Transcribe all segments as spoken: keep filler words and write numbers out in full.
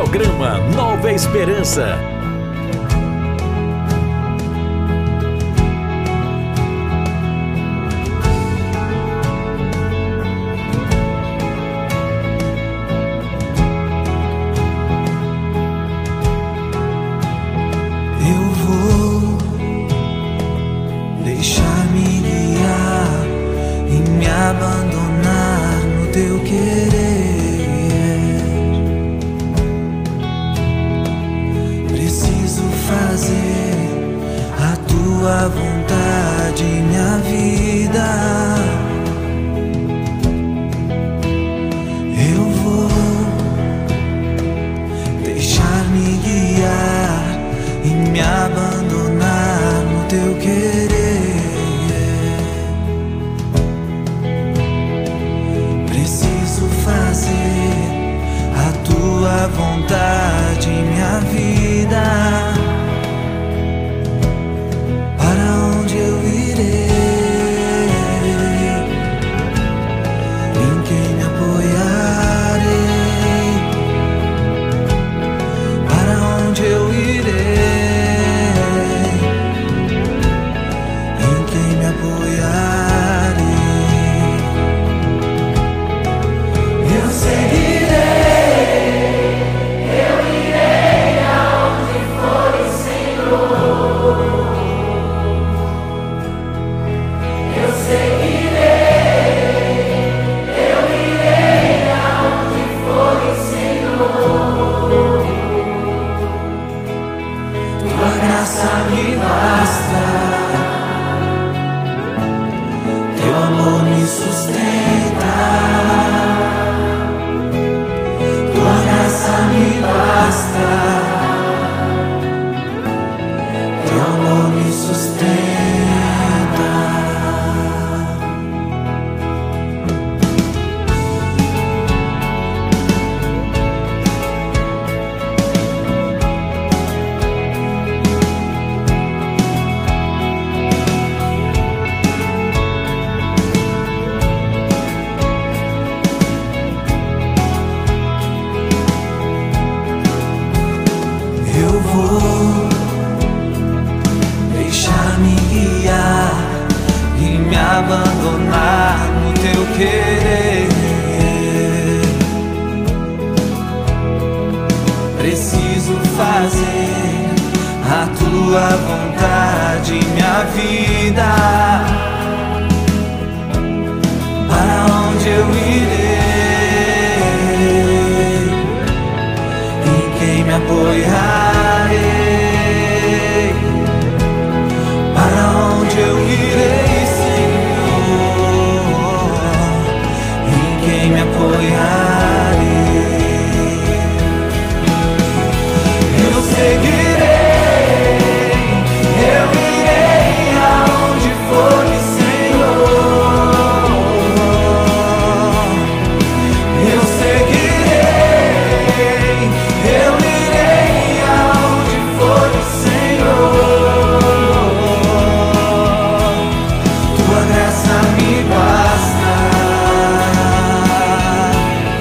Programa Nova Esperança. Eu vou deixar-me guiar e me abandonar no teu querer. Preciso fazer a tua vontade, minha vida. Eu vou deixar-me guiar e me abandonar no teu querer. Preciso fazer a tua vontade, minha vida. Para onde eu irei? Em quem me apoiarei? Para onde eu irei? Abandonar no teu querer. Preciso fazer a tua vontade, minha vida. Para onde eu irei? Em quem me apoiarei? Para onde eu irei? Me apoiarei. Eu seguirei, eu irei aonde for, Senhor. Eu seguirei, eu irei aonde for, Senhor. Tua graça me basta.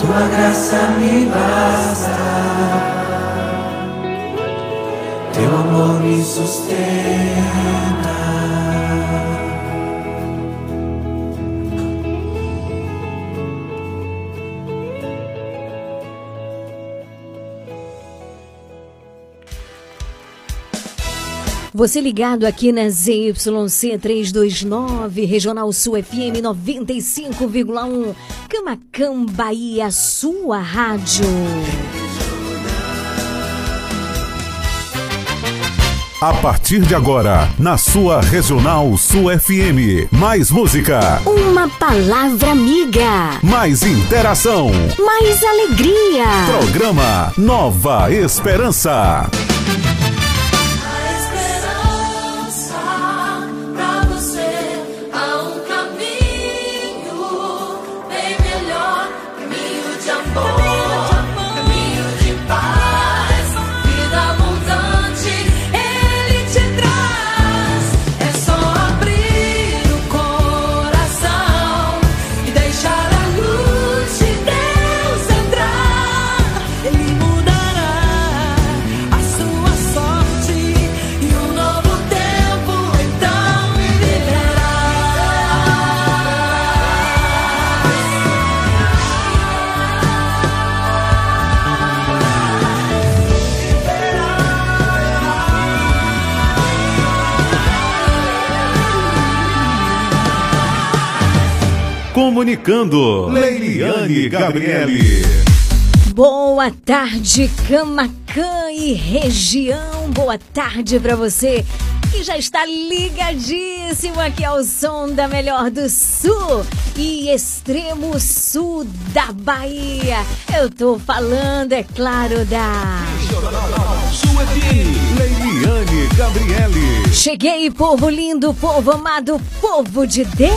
tua graça me basta, teu amor me sustenta. Você ligado aqui na Z Y C trezentos e vinte e nove, Regional Sul F M noventa e cinco vírgula um, Camaquã, Bahia, sua rádio. A partir de agora, na sua Regional Sul F M, mais música. Uma palavra amiga. Mais interação. Mais alegria. Programa Nova Esperança. Comunicando, Leiliane Gabriele. Boa tarde, Camaquã e região. Boa tarde para você que já está ligadíssimo aqui ao som da melhor do sul e extremo sul da Bahia. Eu tô falando, é claro, da Leiliane Gabriele. Cheguei, povo lindo, povo amado, povo de Deus.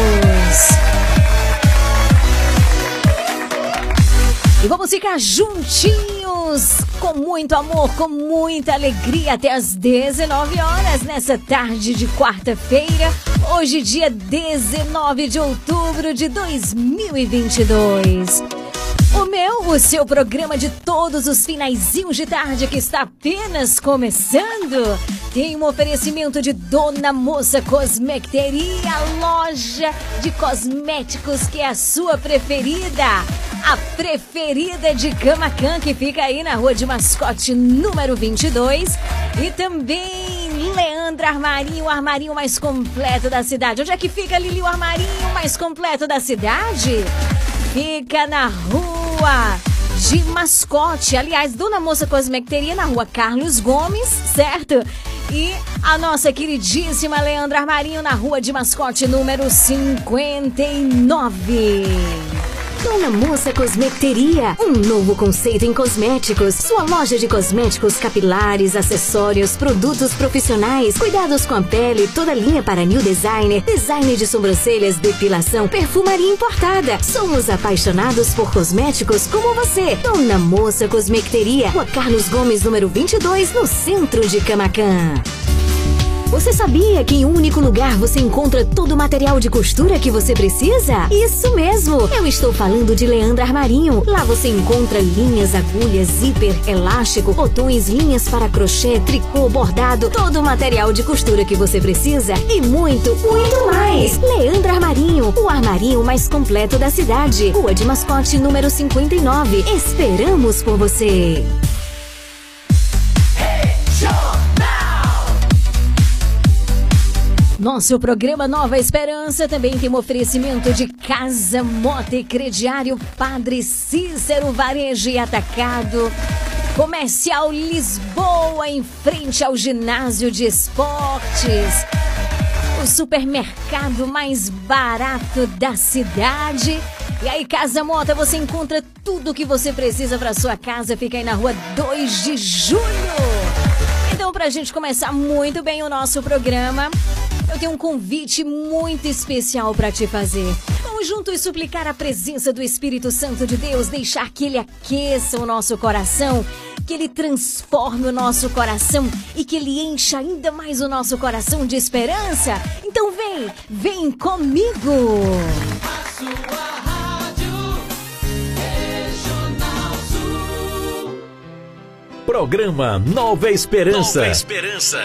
E vamos ficar juntinhos, com muito amor, com muita alegria, até às dezenove horas, nessa tarde de quarta-feira, hoje dia dezenove de outubro de dois mil e vinte e dois. O meu, o seu programa de todos os finaizinhos de tarde que está apenas começando, tem um oferecimento de Dona Moça Cosmecteria, loja de cosméticos que é a sua preferida. A preferida de Camaquã, que fica aí na Rua de Mascote, número vinte e dois. E também Leandra Armarinho, o armarinho mais completo da cidade. Onde é que fica, Lili, o armarinho mais completo da cidade? Fica na Rua de Mascote. Aliás, Dona Moça Cosmecteria na Rua Carlos Gomes, certo? E a nossa queridíssima Leandra Armarinho na Rua de Mascote, número cinquenta e nove. Dona Moça Cosmecteria, um novo conceito em cosméticos. Sua loja de cosméticos capilares, acessórios, produtos profissionais, cuidados com a pele, toda linha para new designer, design de sobrancelhas, depilação, perfumaria importada. Somos apaixonados por cosméticos como você. Dona Moça Cosmecteria, Rua Carlos Gomes, número vinte e dois, no centro de Camaquã. Você sabia que em um único lugar você encontra todo o material de costura que você precisa? Isso mesmo! Eu estou falando de Leandra Armarinho. Lá você encontra linhas, agulhas, zíper, elástico, botões, linhas para crochê, tricô, bordado, todo o material de costura que você precisa e muito, muito mais! Leandra Armarinho, o armarinho mais completo da cidade. Rua de Mascote, número cinquenta e nove. Esperamos por você! Nosso programa Nova Esperança também tem um oferecimento de Casa Moto e Crediário Padre Cícero Varejo e Atacado. Comercial Lisboa, em frente ao ginásio de esportes. O supermercado mais barato da cidade. E aí, Casa Moto, você encontra tudo o que você precisa para sua casa. Fica aí na rua dois de julho. Então, pra gente começar muito bem o nosso programa, eu tenho um convite muito especial para te fazer. Vamos juntos suplicar a presença do Espírito Santo de Deus, deixar que Ele aqueça o nosso coração, que Ele transforme o nosso coração e que Ele encha ainda mais o nosso coração de esperança. Então vem, vem comigo! A sua rádio é Programa Nova Esperança. Nova Esperança.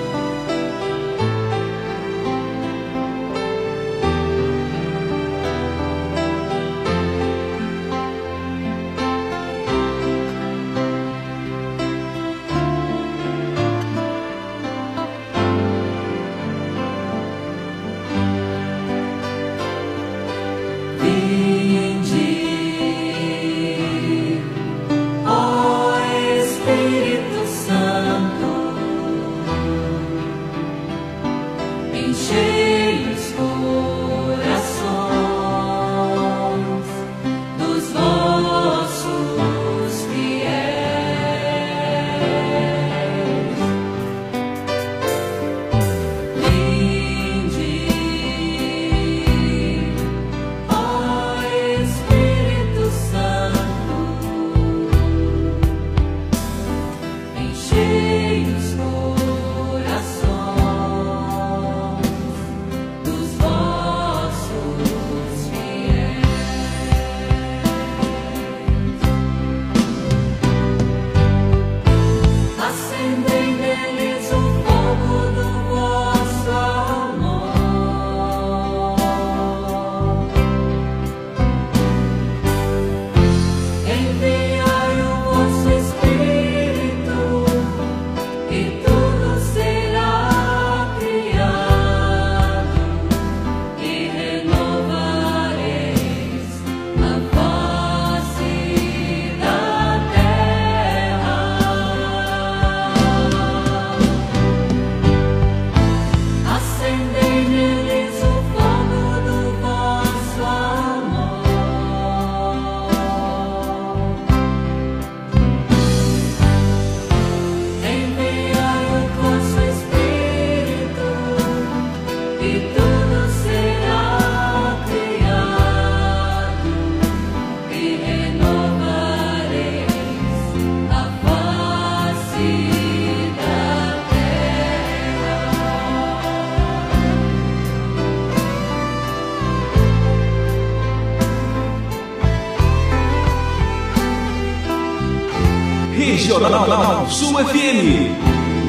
Regional Sul F M.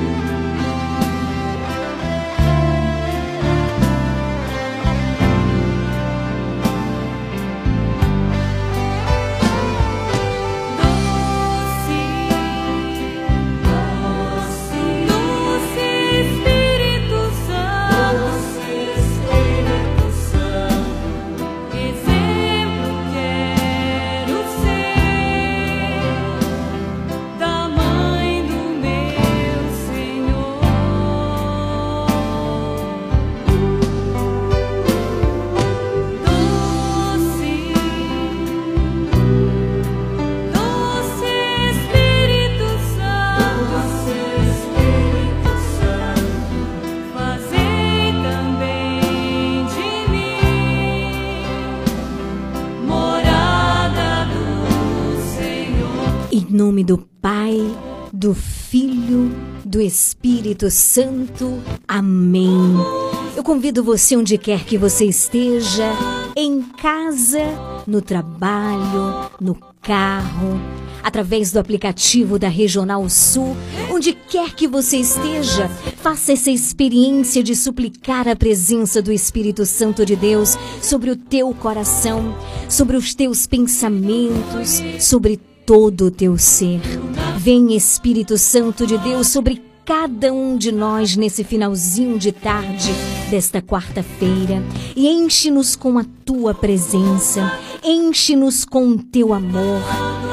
Em nome do Pai, do Filho, do Espírito Santo. Amém. Eu convido você, onde quer que você esteja, em casa, no trabalho, no carro, através do aplicativo da Regional Sul, onde quer que você esteja, faça essa experiência de suplicar a presença do Espírito Santo de Deus sobre o teu coração, sobre os teus pensamentos, sobre todo o teu ser. Vem, Espírito Santo de Deus, sobre cada um de nós nesse finalzinho de tarde desta quarta-feira e enche-nos com a tua presença, enche-nos com o teu amor,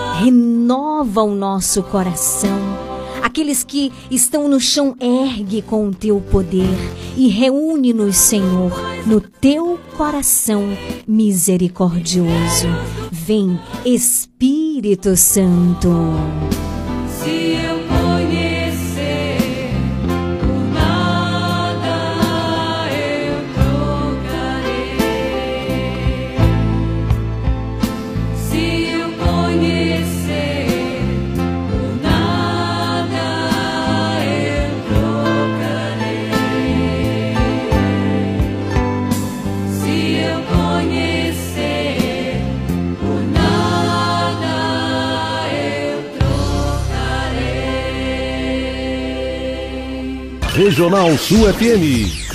renova o nosso coração. Aqueles que estão no chão, ergue com o teu poder e reúne-nos, Senhor, no teu coração misericordioso. Vem, Espírito Santo. Se eu conhecer por nada, eu trocarei. Se eu conhecer por nada, eu trocarei. Se eu conhecer por nada, eu trocarei. Regional Sul F M.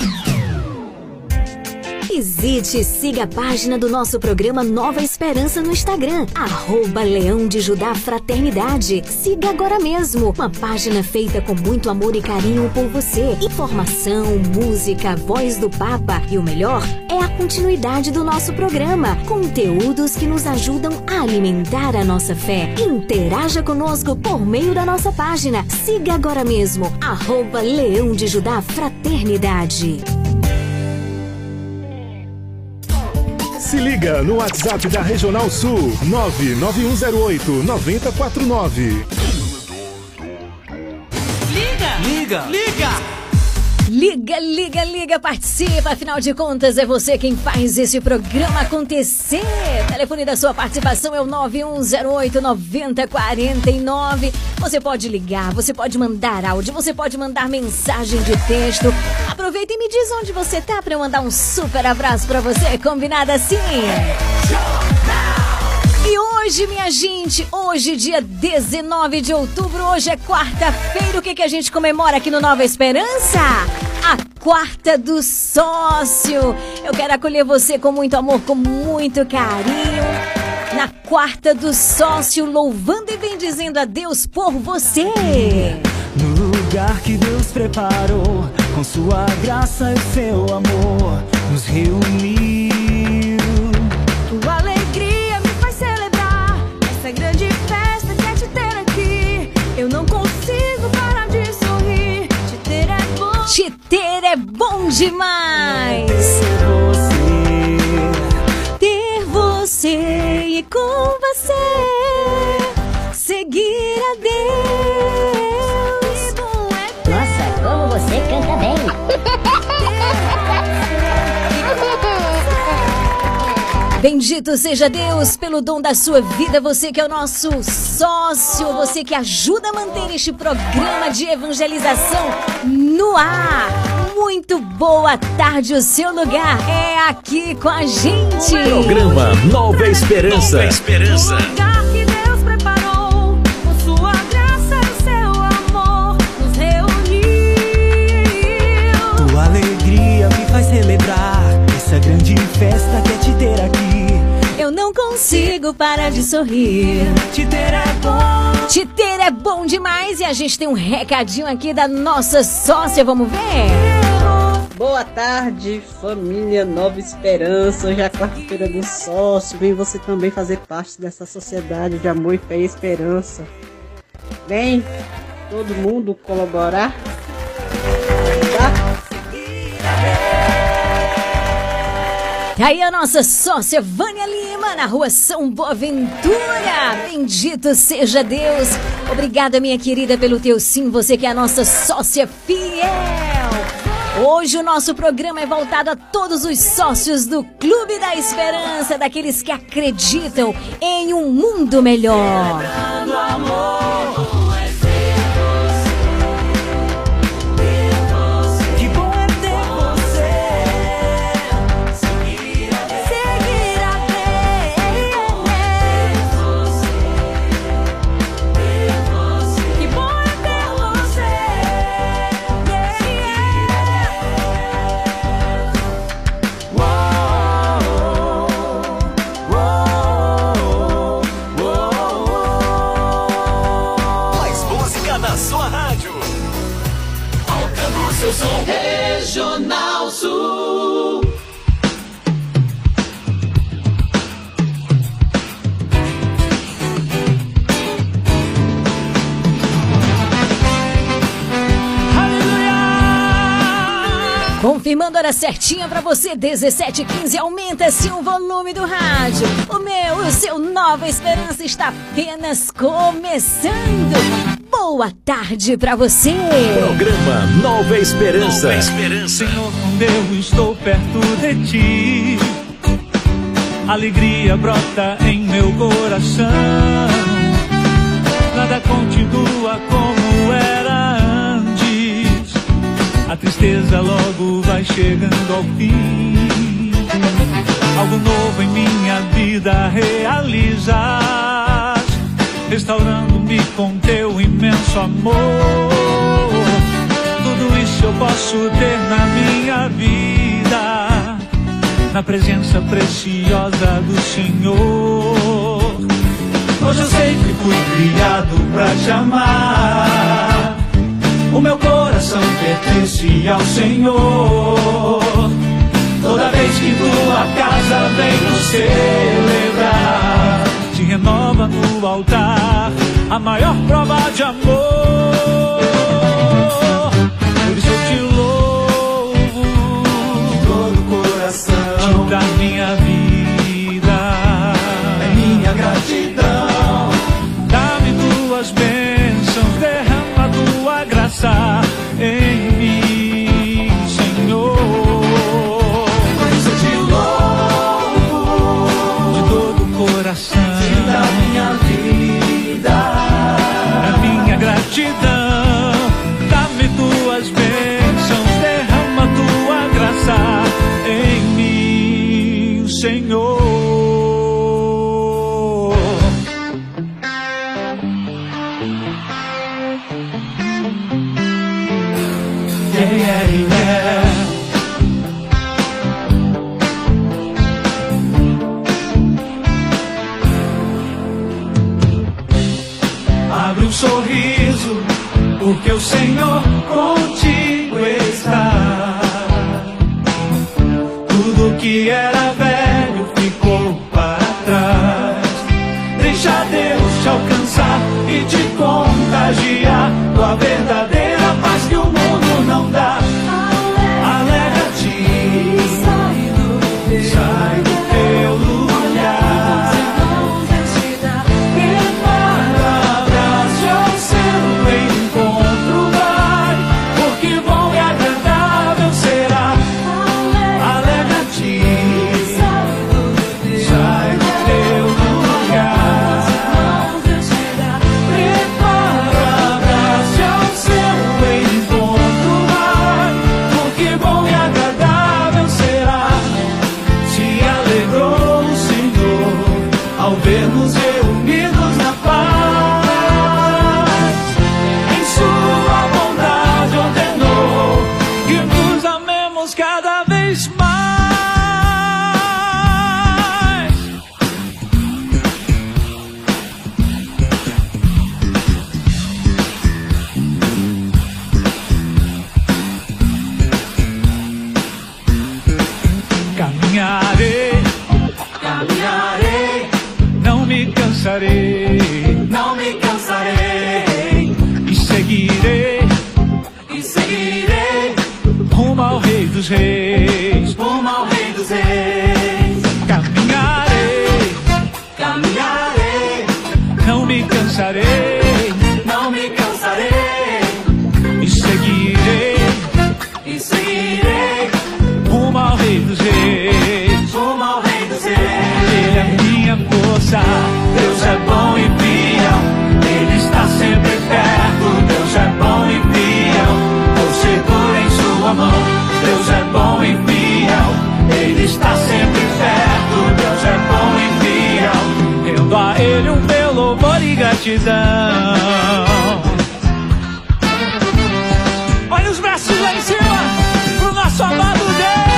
Visite e siga a página do nosso programa Nova Esperança no Instagram, arroba Leão de Judá Fraternidade. Siga agora mesmo, uma página feita com muito amor e carinho por você. Informação, música, voz do Papa e o melhor é a continuidade do nosso programa. Conteúdos que nos ajudam a alimentar a nossa fé. Interaja conosco por meio da nossa página. Siga agora mesmo, arroba Leão de Judá Fraternidade. Se liga no WhatsApp da Regional Sul, nove nove um zero oito nove zero quatro nove. Liga! Liga! Liga! Liga, liga, liga, participa, afinal de contas é você quem faz esse programa acontecer. O telefone da sua participação é o nove um zero oito nove zero quatro nove. Você pode ligar, você pode mandar áudio, você pode mandar mensagem de texto. Aproveita e me diz onde você tá pra eu mandar um super abraço pra você, combinado assim? E hoje, minha gente, hoje, dia dezenove de outubro, hoje é quarta-feira. O que, que a gente comemora aqui no Nova Esperança? A quarta do sócio. Eu quero acolher você com muito amor, com muito carinho. Na quarta do sócio, louvando e bendizendo a Deus por você. No lugar que Deus preparou, com sua graça e seu amor, nos reuniu. Tua alegria me faz celebrar essa grande festa que é te ter aqui. Eu não consigo parar de sorrir. Te ter é bom. Te ter é bom demais. Ter você e com você seguir a Deus. Nossa, como você canta bem. Bendito seja Deus pelo dom da sua vida, você que é o nosso sócio, você que ajuda a manter este programa de evangelização no ar. Muito boa tarde, o seu lugar é aqui com a gente. Programa Nova Esperança. Nova Esperança. O lugar que Deus preparou, com sua graça e seu amor, nos reuniu. Tua alegria me faz celebrar essa grande festa que é te ter aqui. Eu não consigo parar de sorrir. Te ter é bom. Te ter é bom demais. E a gente tem um recadinho aqui da nossa sócia, vamos ver? Boa tarde, família Nova Esperança. Hoje é a quarta-feira do sócio. Vem você também fazer parte dessa sociedade de amor, fé e esperança. Vem todo mundo colaborar. Tá? E aí a nossa sócia Vânia Lima, na rua São Boaventura. Bendito seja Deus. Obrigada, minha querida, pelo teu sim. Você que é a nossa sócia fiel. Hoje o nosso programa é voltado a todos os sócios do Clube da Esperança, daqueles que acreditam em um mundo melhor. Regional Sul. Confirmando a hora certinha pra você, dezessete e quinze, aumenta-se o volume do rádio. O meu, o seu Nova Esperança está apenas começando. Boa tarde pra você. Programa Nova Esperança. Nova Esperança. Senhor, quando eu estou perto de ti, alegria brota em meu coração. Nada continua como era antes. A tristeza logo vai chegando ao fim. Algo novo em minha vida realizas, restaurando-me com teu imenso amor. Tudo isso eu posso ter na minha vida, na presença preciosa do Senhor. Hoje eu sei que fui criado pra te amar, o meu coração pertence ao Senhor. Toda vez que tua casa vem nos celebrar, te renova no altar a maior prova de amor. Por isso eu te louvo de todo o coração, da minha vida, é minha gratidão. Dá-me tuas bênçãos, derrama tua graça em mim, Senhor. Por isso eu te louvo de todo o coração, da minha vida, é minha gratidão. Dá-me tuas bênçãos, derrama tua graça em mim, Senhor. Yeah, yeah, yeah. Abre um sorriso, porque o Senhor contigo está. Tudo que era velho ficou para trás. Deixa Deus te alcançar e te contagiar com a verdadeira paz que o mundo não dá. Alegra-te, sai do teu lugar. Prepara abraço ao seu encontro, vai, porque bom e agradável será. Alegra-te, sai do teu lugar. Prepara abraço ao seu encontro, vai, porque bom e agradável será. Se alegrou o Senhor ao ver-nos reunidos na paz. Em sua bondade ordenou que nos amemos cada vez mais. Caminharei, caminharei, não me cansarei, não me cansarei, e seguirei, e seguirei, rumo ao Rei dos Reis, rumo ao Rei dos Reis. Caminharei, caminharei, não me cansarei, não me cansarei, e seguirei, e seguirei, rumo ao Rei dos Reis, rumo ao Rei dos Reis. Ele é minha força, Deus é bom e fiel, Ele está sempre perto, Deus é bom e fiel, eu seguro em sua mão, Deus é bom e fiel, Ele está sempre perto, Deus é bom e fiel, rendo a Ele o meu louvor e gratidão. Olha os braços lá em cima, pro nosso amado Deus.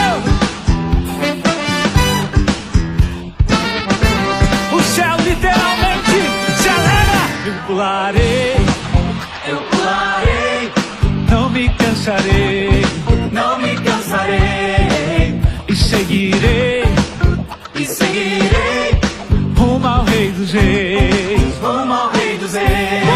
O céu literalmente se alegra. Eu pularei, eu pularei, não me cansarei, não me cansarei, e seguirei, e seguirei, rumo ao Rei dos Reis, rumo ao Rei dos Reis.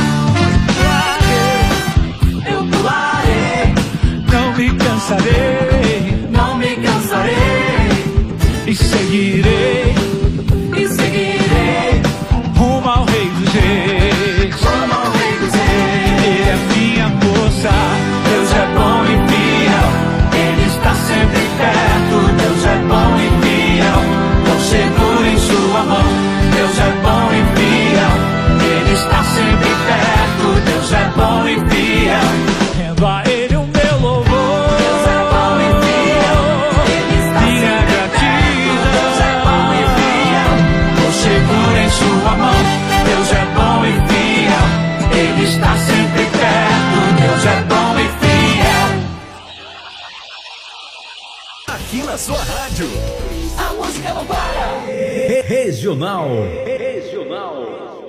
Eu pularei, não me cansarei, não me cansarei, e seguirei, e seguirei, rumo ao Rei dos Reis, rumo ao Rei dos Reis. Ele é minha força, Deus é bom e fiel, Ele está sempre perto, Deus é bom e fiel, eu seguro em sua mão, Deus é bom e fiel, Ele está sempre perto, Deus é bom e fiel, rendo a Ele o meu louvor. Deus é bom e fiel, Ele está minha sempre gratidão. Perto, Deus é bom e fiel, eu seguro em sua mão, Deus é bom e fiel, Ele está sempre perto, Deus é bom e fiel. na sua rádio. A música não para. Regional. Regional.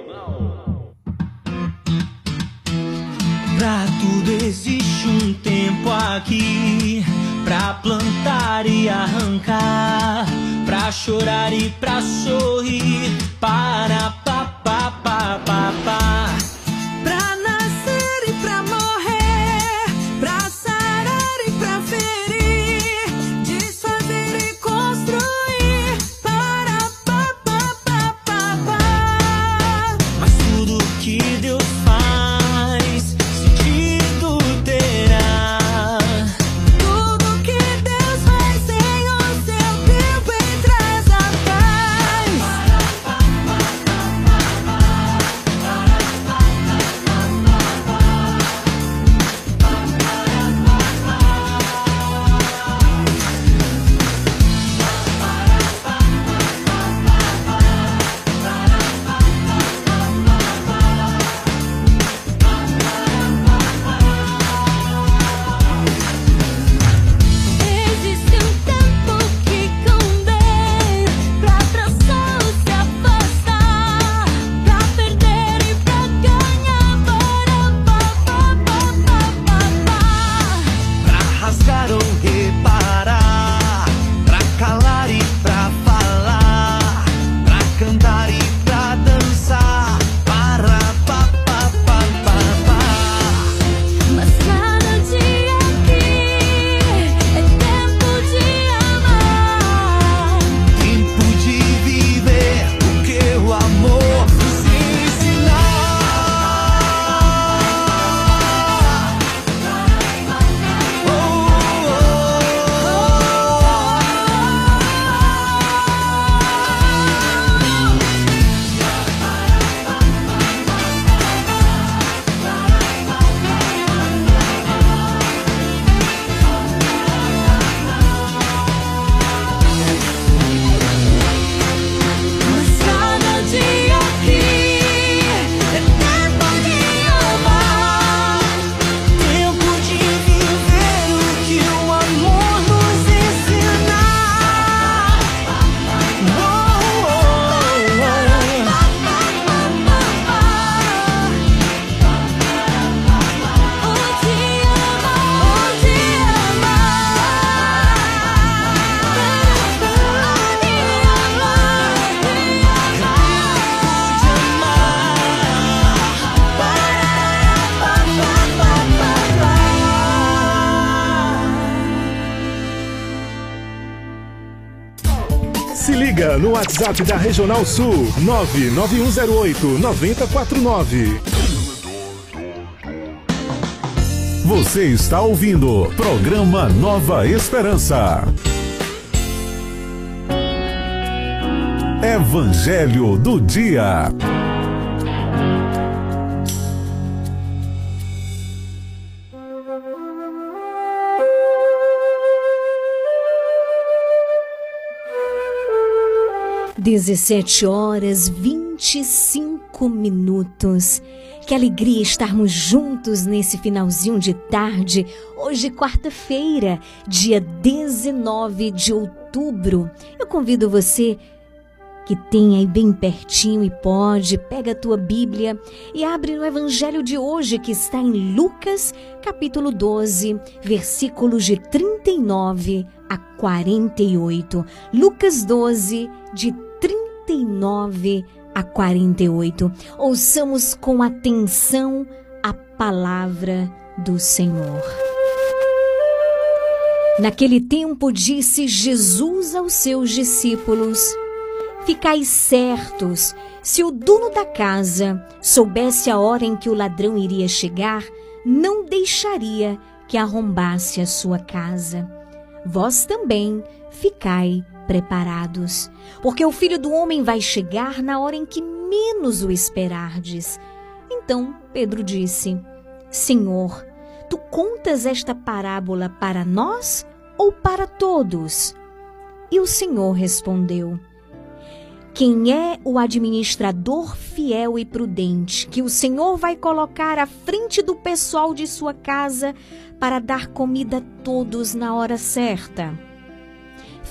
Pra tudo existe um tempo aqui, pra plantar e arrancar, pra chorar e pra sorrir, para pa pa pa pa pa. Pra nascer e pra morrer, pra sarar e pra ferir, desfazer e construir, para pa pa pa pa pa. Mas tudo que Deus faz sentido terá. Tudo que Deus faz tem o seu tempo e traz a paz. Existe um tempo que convém pra traçar ou se afastar, pra perder e pra ganhar, para pa pa pa pa pa pa. Pra rasgar ou reparar, pra calar e pra falar, pra cantar e pra dançar, para pa pa pa pa pa. Mas cada dia aqui é tempo de amar. Tempo de viver o que o amor nos ensinar. Mas cada dia aqui é tempo de amar. Tempo de viver o que o amor nos ensinar. Oh, oh, O te amar, o te Se liga no WhatsApp da Regional Sul nove nove um zero oito nove zero quatro nove. Você está ouvindo programa Nova Esperança. Evangelho do Dia. dezessete horas vinte e cinco minutos. Que alegria estarmos juntos nesse finalzinho de tarde. Hoje, quarta-feira, dia dezenove de outubro. Eu convido você que tem aí bem pertinho e pode, pega a tua Bíblia e abre no Evangelho de hoje, que está em Lucas, capítulo doze, versículos de trinta e nove a quarenta e oito. Lucas doze, de trinta e nove a quarenta e oito. Ouçamos com atenção a palavra do Senhor. Naquele tempo disse Jesus aos seus discípulos: ficai certos, se o dono da casa soubesse a hora em que o ladrão iria chegar, não deixaria que arrombasse a sua casa. Vós também ficai preparados, porque o Filho do Homem vai chegar na hora em que menos o esperardes. Então Pedro disse: Senhor, tu contas esta parábola para nós ou para todos? E o Senhor respondeu: quem é o administrador fiel e prudente que o Senhor vai colocar à frente do pessoal de sua casa para dar comida a todos na hora certa?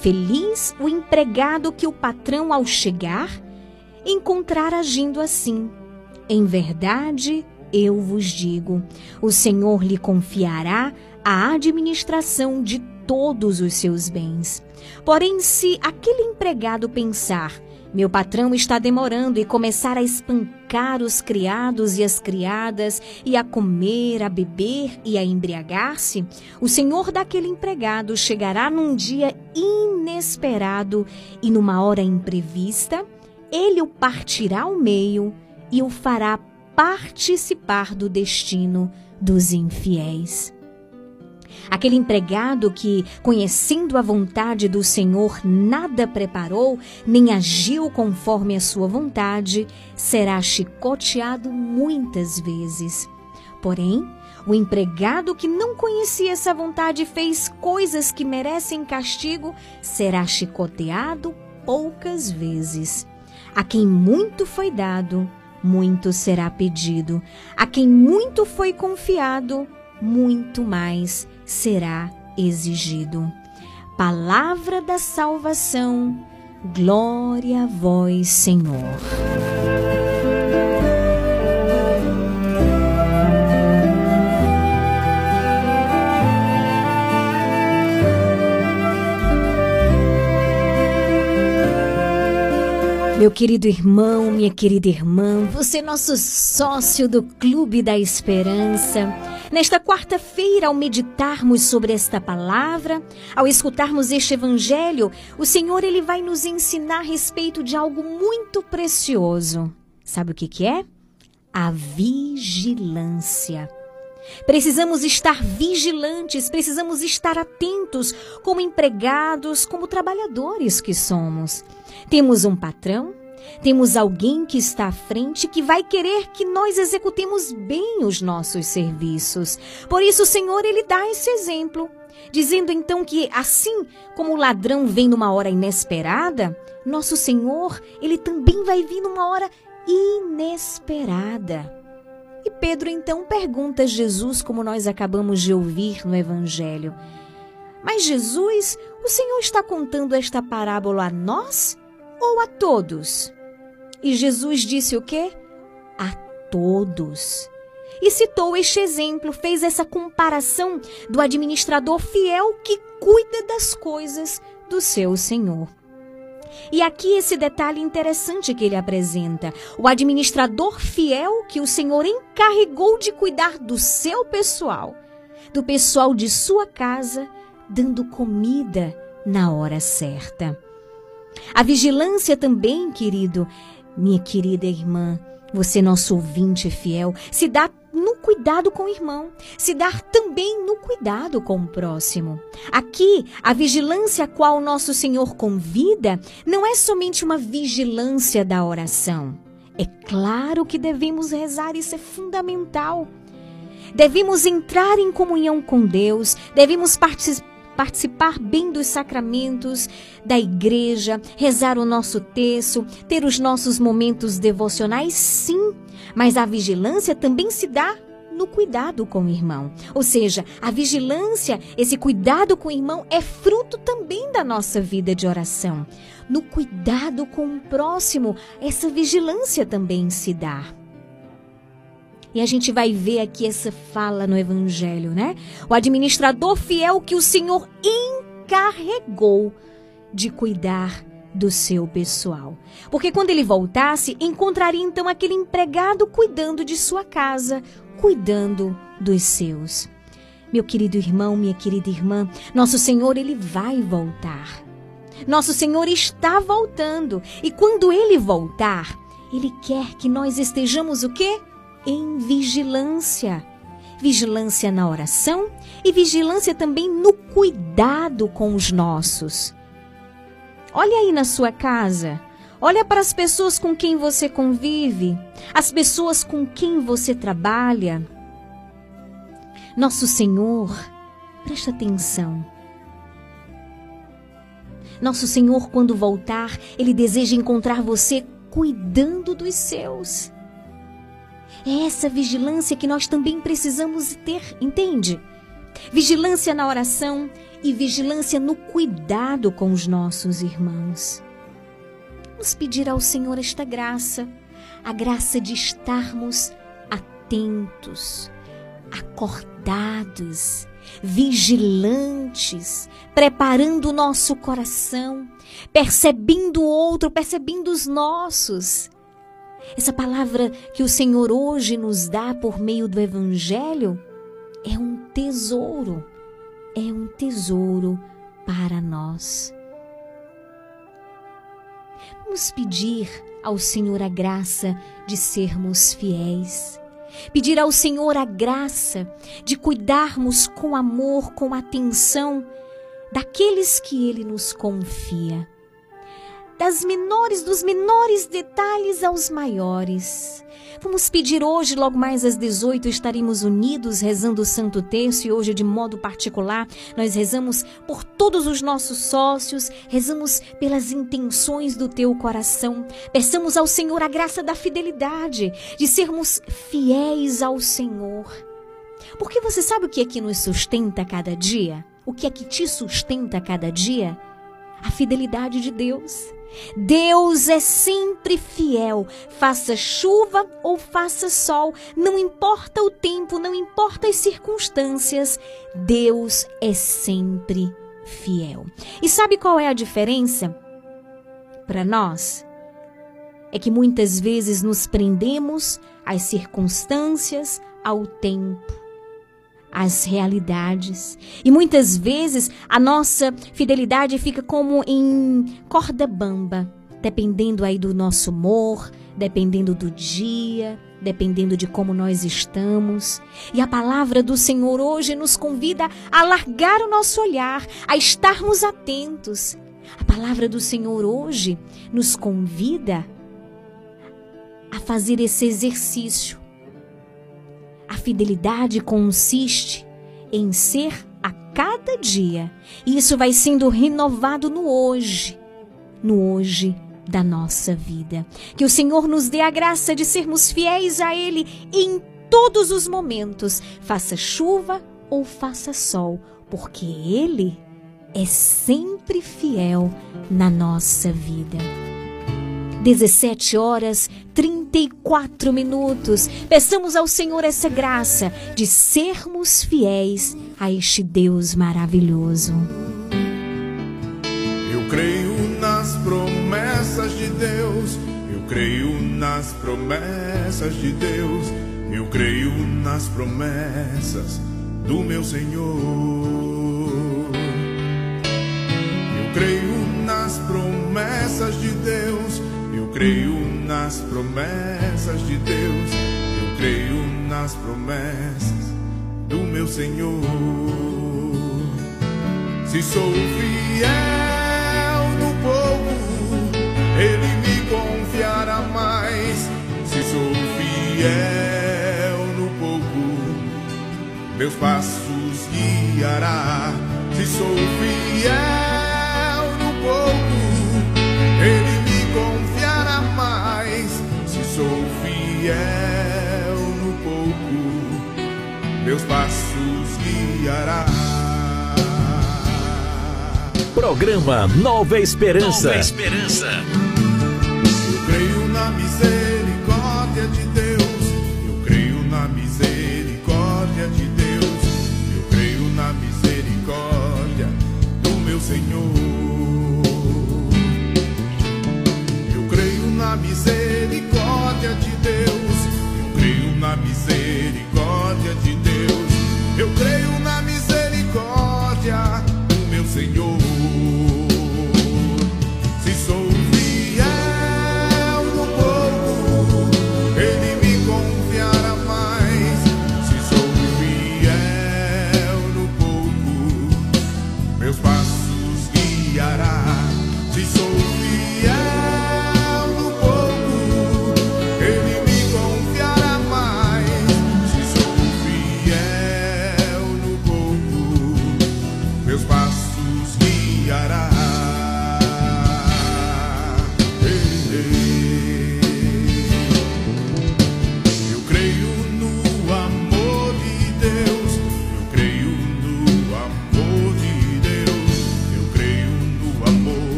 Feliz o empregado que o patrão, ao chegar, encontrar agindo assim. Em verdade, eu vos digo, o Senhor lhe confiará a administração de todos os seus bens. Porém, se aquele empregado pensar, meu patrão está demorando, e começar a espancar os criados e as criadas, e a comer, a beber e a embriagar-se, o senhor daquele empregado chegará num dia inesperado e numa hora imprevista, ele o partirá ao meio e o fará participar do destino dos infiéis. Aquele empregado que, conhecendo a vontade do Senhor, nada preparou, nem agiu conforme a sua vontade, será chicoteado muitas vezes. Porém, o empregado que não conhecia essa vontade e fez coisas que merecem castigo, será chicoteado poucas vezes. A quem muito foi dado, muito será pedido. A quem muito foi confiado, muito mais será exigido. Palavra da salvação, glória a vós, Senhor. Meu querido irmão, minha querida irmã, você é nosso sócio do Clube da Esperança. Nesta quarta-feira, ao meditarmos sobre esta palavra, ao escutarmos este evangelho, o Senhor ele vai nos ensinar a respeito de algo muito precioso. Sabe o que que é? A vigilância. Precisamos estar vigilantes, precisamos estar atentos como empregados, como trabalhadores que somos. Temos um patrão, temos alguém que está à frente que vai querer que nós executemos bem os nossos serviços. Por isso o Senhor ele dá esse exemplo, dizendo então que assim como o ladrão vem numa hora inesperada, nosso Senhor ele também vai vir numa hora inesperada. E Pedro então pergunta a Jesus, como nós acabamos de ouvir no Evangelho: mas Jesus, o Senhor está contando esta parábola a nós ou a todos? E Jesus disse o quê? A todos. E citou este exemplo, fez essa comparação do administrador fiel que cuida das coisas do seu Senhor. E aqui esse detalhe interessante que ele apresenta. O administrador fiel que o Senhor encarregou de cuidar do seu pessoal, do pessoal de sua casa, dando comida na hora certa. A vigilância também, querido, minha querida irmã, você nosso ouvinte fiel, se dá no cuidado com o irmão, se dá também no cuidado com o próximo. Aqui, a vigilância a qual nosso Senhor convida não é somente uma vigilância da oração. É claro que devemos rezar, isso é fundamental. Devemos entrar em comunhão com Deus, devemos participar participar bem dos sacramentos da igreja, rezar o nosso terço, ter os nossos momentos devocionais, sim, mas a vigilância também se dá no cuidado com o irmão. Ou seja, a vigilância, esse cuidado com o irmão é fruto também da nossa vida de oração. No cuidado com o próximo, essa vigilância também se dá. E a gente vai ver aqui essa fala no Evangelho, né? O administrador fiel que o Senhor encarregou de cuidar do seu pessoal. Porque quando ele voltasse, encontraria então aquele empregado cuidando de sua casa, cuidando dos seus. Meu querido irmão, minha querida irmã, nosso Senhor, ele vai voltar. Nosso Senhor está voltando. E quando ele voltar, ele quer que nós estejamos o quê? Em vigilância. Vigilância na oração e vigilância também no cuidado com os nossos. Olha aí na sua casa, olha para as pessoas com quem você convive, as pessoas com quem você trabalha. Nosso Senhor, presta atenção. Nosso Senhor, quando voltar, Ele deseja encontrar você cuidando dos seus. É essa vigilância que nós também precisamos ter, entende? vigilância na oração e vigilância no cuidado com os nossos irmãos. Vamos pedir ao Senhor esta graça, a graça de estarmos atentos, acordados, vigilantes, preparando o nosso coração, percebendo o outro, percebendo os nossos. Essa palavra que o Senhor hoje nos dá por meio do Evangelho é um tesouro, é um tesouro para nós. Vamos pedir ao Senhor a graça de sermos fiéis. Pedir ao Senhor a graça de cuidarmos com amor, com atenção daqueles que Ele nos confia. Das menores, dos menores detalhes aos maiores. Vamos pedir hoje, logo mais às dezoito, estaremos unidos rezando o Santo Terço e hoje de modo particular nós rezamos por todos os nossos sócios, rezamos pelas intenções do teu coração, peçamos ao Senhor a graça da fidelidade, de sermos fiéis ao Senhor. Porque você sabe o que é que nos sustenta a cada dia? O que é que te sustenta a cada dia? A fidelidade de Deus. Deus é sempre fiel, faça chuva ou faça sol, não importa o tempo, não importa as circunstâncias, Deus é sempre fiel. E sabe qual é a diferença? Para nós, é que muitas vezes nos prendemos às circunstâncias, ao tempo, às realidades. E muitas vezes a nossa fidelidade fica como em corda bamba, dependendo aí do nosso humor, dependendo do dia, dependendo de como nós estamos. E a palavra do Senhor hoje nos convida a alargar o nosso olhar, a estarmos atentos. A palavra do Senhor hoje nos convida a fazer esse exercício. A fidelidade consiste em ser a cada dia. E isso vai sendo renovado no hoje, no hoje da nossa vida. Que o Senhor nos dê a graça de sermos fiéis a Ele em todos os momentos, faça chuva ou faça sol, porque Ele é sempre fiel na nossa vida. dezessete horas, trinta e quatro minutos. Peçamos ao Senhor essa graça de sermos fiéis a este Deus maravilhoso. Eu creio nas promessas de Deus, eu creio nas promessas de Deus, eu creio nas promessas do meu Senhor. Eu creio nas promessas de Deus, eu creio nas promessas de Deus, eu creio nas promessas do meu Senhor. Se sou fiel no pouco, Ele me confiará mais. Se sou fiel no pouco, meus passos guiará. Se sou fiel no pouco, Ele me confiará mais. Se sou fiel no pouco, meus passos guiará. Programa Nova Esperança. Nova Esperança. Eu creio na misericórdia de Deus, eu creio na misericórdia de Deus, eu creio na misericórdia do meu Senhor. Na misericórdia de Deus, eu creio na misericórdia de Deus, eu creio na misericórdia do meu Senhor. Se sou fiel no pouco, Ele me confiará mais. Se sou fiel no pouco, meus passos guiará. Se sou fiel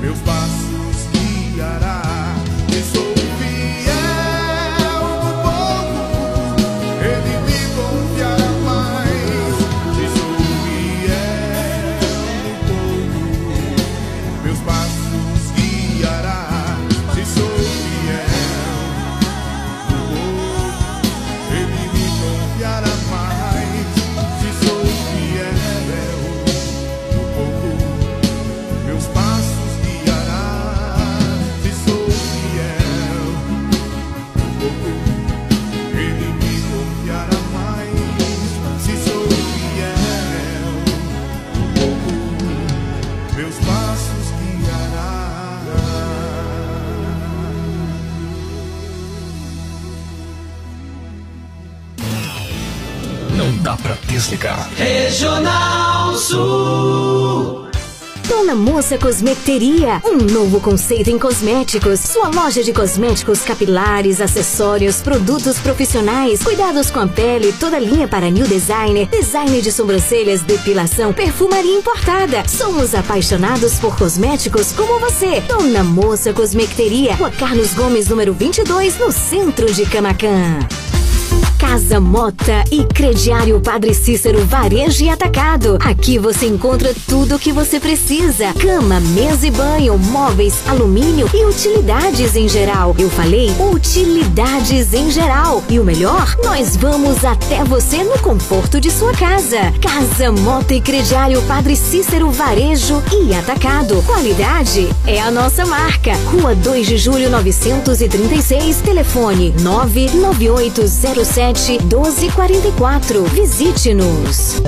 meus passos guiará. Se sou fiel no pouco, Ele me confiará mais. Se sou fiel no pouco, meus passos guiará. Se sou fiel no pouco, Ele me confiará mais. Se sou fiel no pouco, meus passos guiará. Se sou fiel no pouco, Ele me confiará mais. Se sou fiel no pouco, meus passos guiará. Não dá pra desligar. Regional Sul. Dona Moça Cosmeteria, um novo conceito em cosméticos. Sua loja de cosméticos capilares, acessórios, produtos profissionais, cuidados com a pele, toda linha para new designer, design de sobrancelhas, depilação, perfumaria importada. Somos apaixonados por cosméticos como você. Dona Moça Cosmeteria, Rua Carlos Gomes, número vinte e dois, no centro de Camaquã. Casa Mota e Crediário Padre Cícero Varejo e Atacado. Aqui você encontra tudo o que você precisa: cama, mesa e banho, móveis, alumínio e utilidades em geral. Eu falei utilidades em geral. E o melhor, nós vamos até você no conforto de sua casa. Casa Mota e Crediário Padre Cícero Varejo e Atacado. Qualidade é a nossa marca. Rua dois de julho novecentos e trinta e seis. Telefone nove nove oito zero sete doze quarenta e quatro. Visite-nos.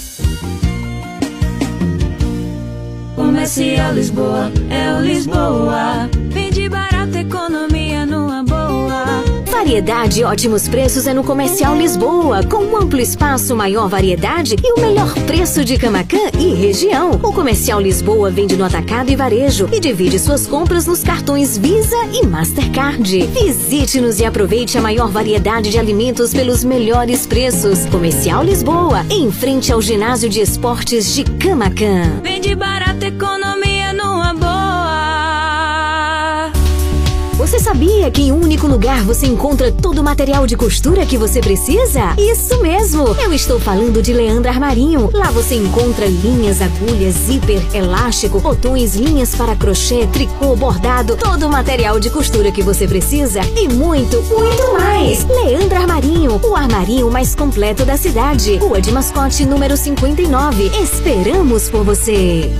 Comercial Lisboa, é o Lisboa. Vende barato, economia numa boa. Variedade e ótimos preços é no Comercial Lisboa, com um amplo espaço, maior variedade e o melhor preço de Camaquã e região. O Comercial Lisboa vende no atacado e varejo e divide suas compras nos cartões Visa e Mastercard. Visite-nos e aproveite a maior variedade de alimentos pelos melhores preços. Comercial Lisboa, em frente ao Ginásio de Esportes de Camaquã. Vende barato, economia numa boa. Você sabia que em um único lugar você encontra todo o material de costura que você precisa? Isso mesmo! Eu estou falando de Leandro Armarinho. Lá você encontra linhas, agulhas, zíper, elástico, botões, linhas para crochê, tricô, bordado, todo o material de costura que você precisa e muito, muito mais! Leandro Armarinho, o armarinho mais completo da cidade. Rua de Mascote, número cinquenta e nove. Esperamos por você!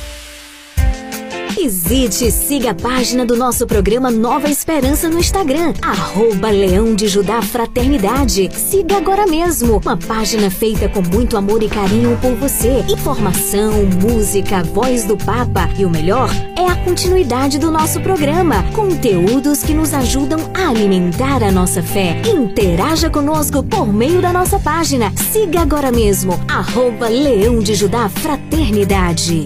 Visite e siga a página do nosso programa Nova Esperança no Instagram, arroba Leão de Judá Fraternidade. Siga agora mesmo, uma página feita com muito amor e carinho por você. Informação, música, voz do Papa e o melhor é a continuidade do nosso programa. Conteúdos que nos ajudam a alimentar a nossa fé. Interaja conosco por meio da nossa página. Siga agora mesmo, arroba Leão de Judá Fraternidade.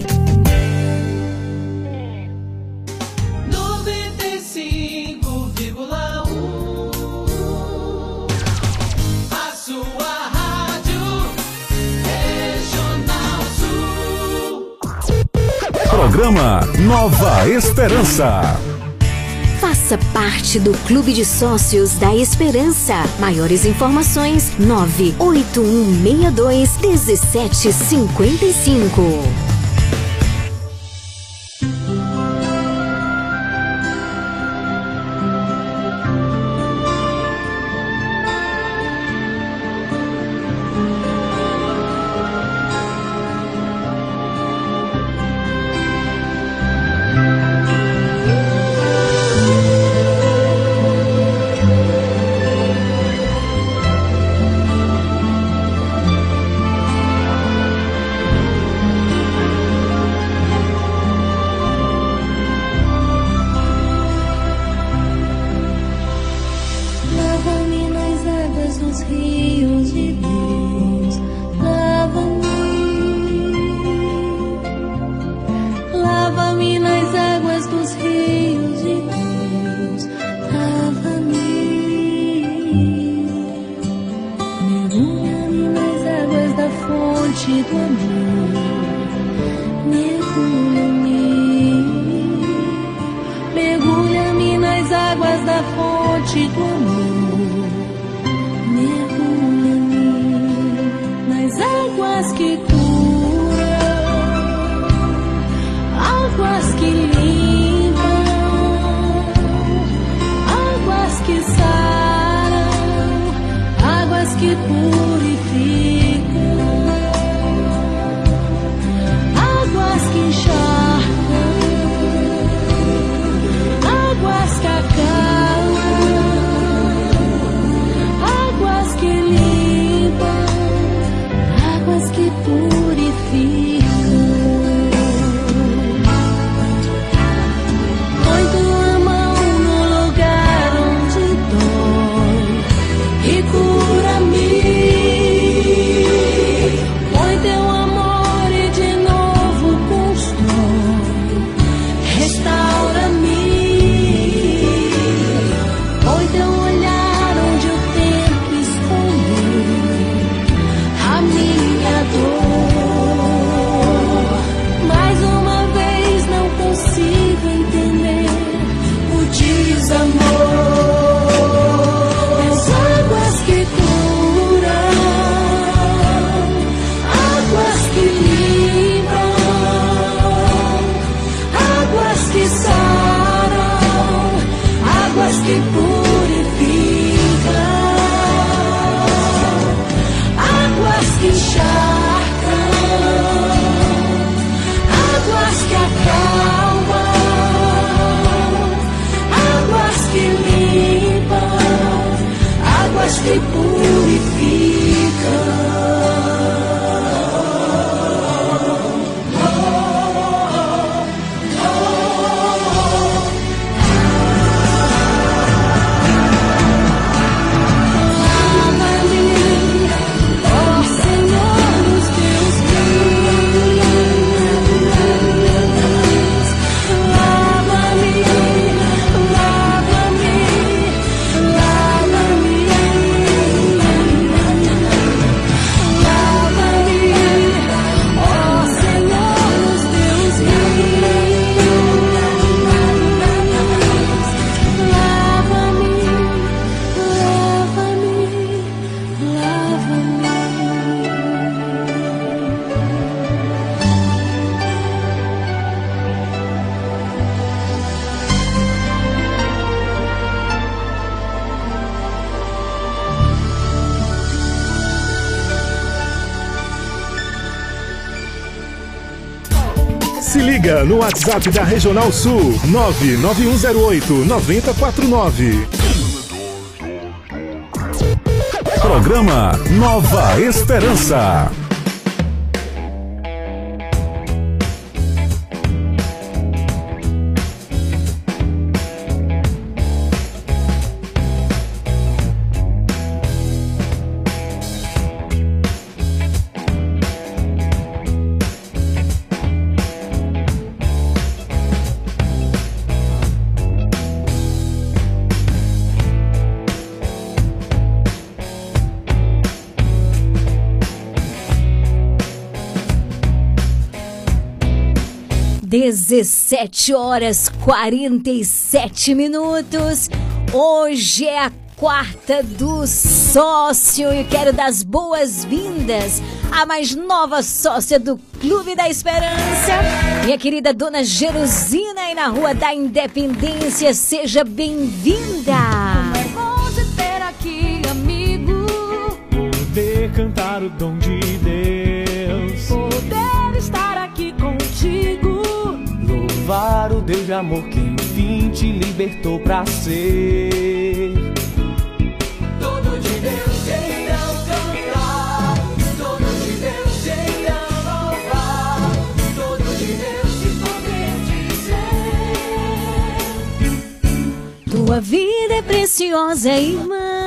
Programa Nova Esperança. Faça parte do Clube de Sócios da Esperança. Maiores informações nove oito um seis dois um sete cinco cinco. águas que curam, águas que limpam, águas que saram, águas que purificam, águas que encharcam, águas que acalmam, águas que limpam, águas que purificam. Põe tua mão no lugar onde dói e cura-me. Põe teu amor e de novo constrói, restaura-me. Põe teu olhar onde o tempo escondeu a minha dor. Mais uma vez não consigo entender o desamor. As águas que curam, águas que limpam, águas que saram, águas que purificam, águas que encharcam, águas que acalmam, águas que limpam, águas que purificam. Se liga no WhatsApp da Regional Sul, nove nove um zero oito nove zero quatro nove. Programa Nova Esperança. dezessete horas quarenta e sete minutos. Hoje é a quarta do sócio e quero dar as boas-vindas à mais nova sócia do Clube da Esperança, minha querida dona Jerusina, aí na Rua da Independência. Seja bem-vinda. Como é bom te ter aqui, amigo. Poder cantar o dom de Deus, Poder estar aqui contigo. louvar o Deus de amor que enfim te libertou pra ser Todo de Deus irão cantar, todo de Deus irão louvar, todo de Deus se poder dizer. Tua vida é preciosa, irmão.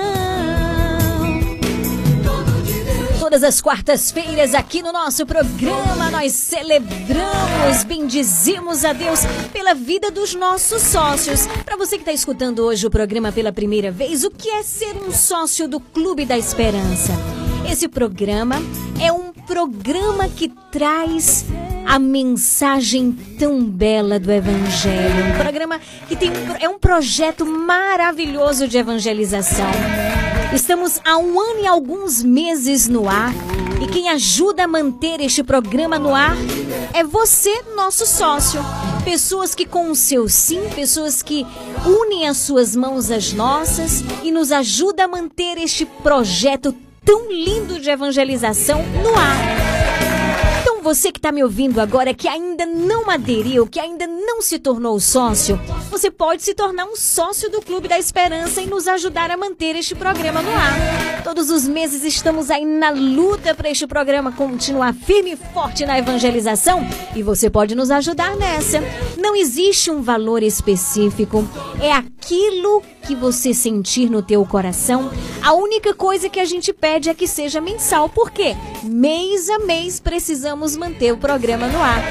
Todas as quartas-feiras aqui no nosso programa nós celebramos, bendizimos a Deus pela vida dos nossos sócios. Para você que está escutando hoje o programa pela primeira vez, o que é ser um sócio do Clube da Esperança? Esse programa é um programa que traz a mensagem tão bela do Evangelho. Um programa que tem, é um projeto maravilhoso de evangelização. Estamos há um ano e alguns meses no ar e quem ajuda a manter este programa no ar é você, nosso sócio. Pessoas que com o seu sim, pessoas que unem as suas mãos às nossas e nos ajudam a manter este projeto tão lindo de evangelização no ar. Então você que está me ouvindo agora, que ainda não aderiu, que ainda não se tornou sócio, você pode se tornar um sócio do Clube da Esperança e nos ajudar a manter este programa no ar. Todos os meses estamos aí na luta para este programa continuar firme e forte na evangelização e você pode nos ajudar nessa. Não existe um valor específico, é aquilo que você sentir no teu coração. A única coisa que a gente pede é que seja mensal, porque mês a mês precisamos manter o programa no ar.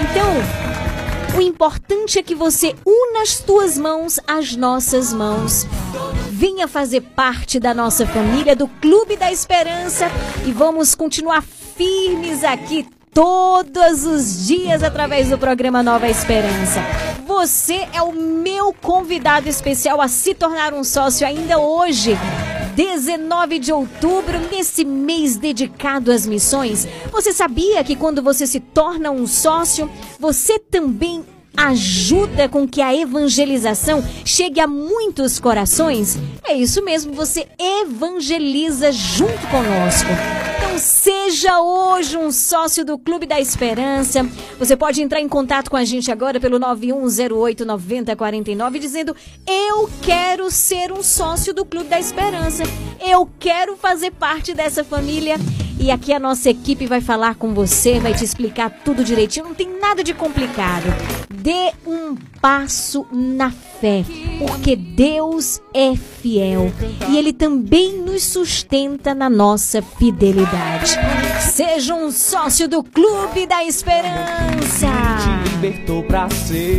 Então, o importante é que você una as tuas mãos às nossas mãos. Venha fazer parte da nossa família, do Clube da Esperança, e vamos continuar firmes aqui todos os dias através do programa Nova Esperança. Você é o meu convidado especial a se tornar um sócio ainda hoje, dezenove de outubro, nesse mês dedicado às missões. Você sabia que quando você se torna um sócio, você também ajuda com que a evangelização chegue a muitos corações? É isso mesmo, você evangeliza junto conosco. Então seja hoje um sócio do Clube da Esperança. Você pode entrar em contato com a gente agora pelo nove um zero oito nove zero quatro nove dizendo: eu quero ser um sócio do Clube da Esperança, eu quero fazer parte dessa família. E aqui a nossa equipe vai falar com você, vai te explicar tudo direitinho, não tem nada de complicado. Dê um passo na fé, porque Deus é fiel e Ele também nos sustenta na nossa fidelidade. Seja um sócio do Clube da Esperança. Te libertou pra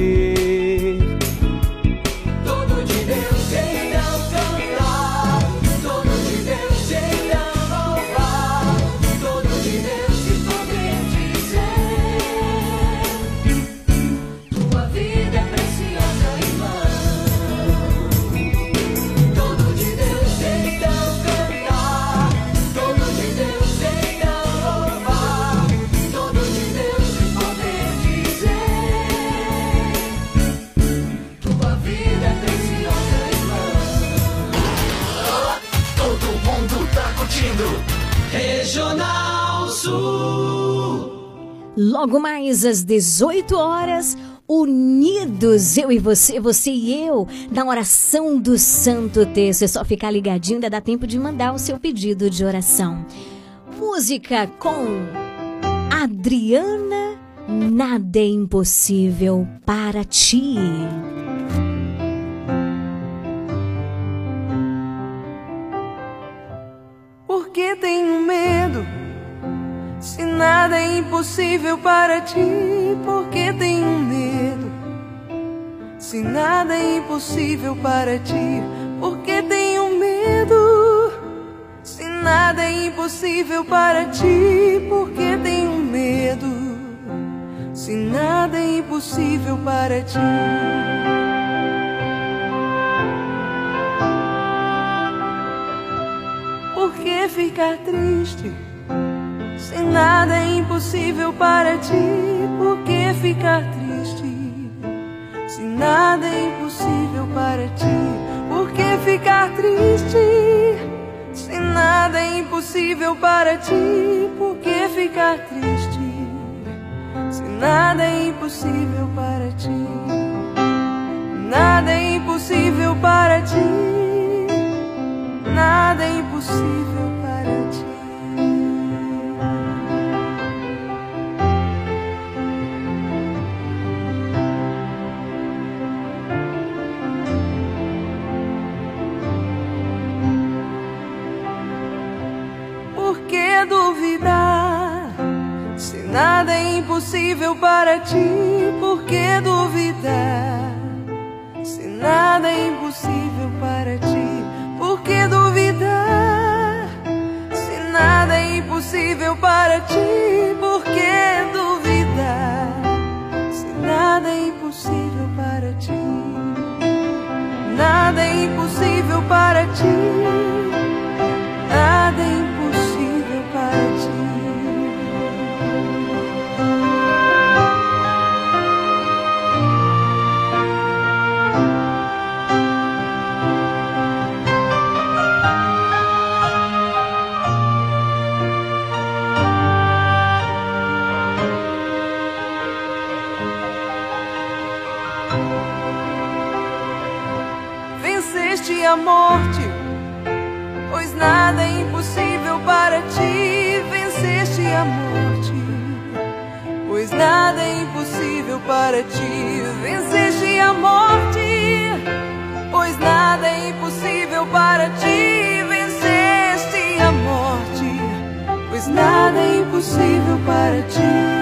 ser todo de Deus, irão cantar, todo de Deus, irão louvar, todo de Deus e poder dizer: tua vida é preciosa, irmão. Todo de Deus, irão cantar, todo de Deus, irão louvar, todo de Deus e poder dizer: tua vida é preciosa, irmão. Todo mundo tá curtindo Regional Sul. Logo mais às dezoito horas, unidos, eu e você, você e eu, na oração do Santo Terço. É só ficar ligadinho, ainda dá tempo de mandar o seu pedido de oração. Música com Adriana, Nada é Impossível para Ti. Por que tenho medo, se nada é impossível para ti? Por que tenho medo, se nada é impossível para ti? Por que tenho medo, se nada é impossível para ti? Por que tenho medo, se nada é impossível para ti? Por que ficar triste, se nada é impossível para ti? Por que ficar triste, se nada é impossível para ti? Por que ficar triste, se nada é impossível para ti? Por que ficar triste, se nada é impossível para ti? Nada é impossível para ti, nada é impossível para ti. Por que duvidar, se nada é impossível para ti? Por que duvidar, se nada é impossível para ti? Por que duvidar, se nada é impossível para ti? Por que duvidar, se nada é impossível para ti? Nada é impossível para ti, nada é impossível para ti. venceste a morte, pois nada é impossível para ti. Venceste a morte, pois nada é impossível para ti. Venceste a morte, pois nada é impossível para ti. Venceste a morte, pois nada é impossível para ti.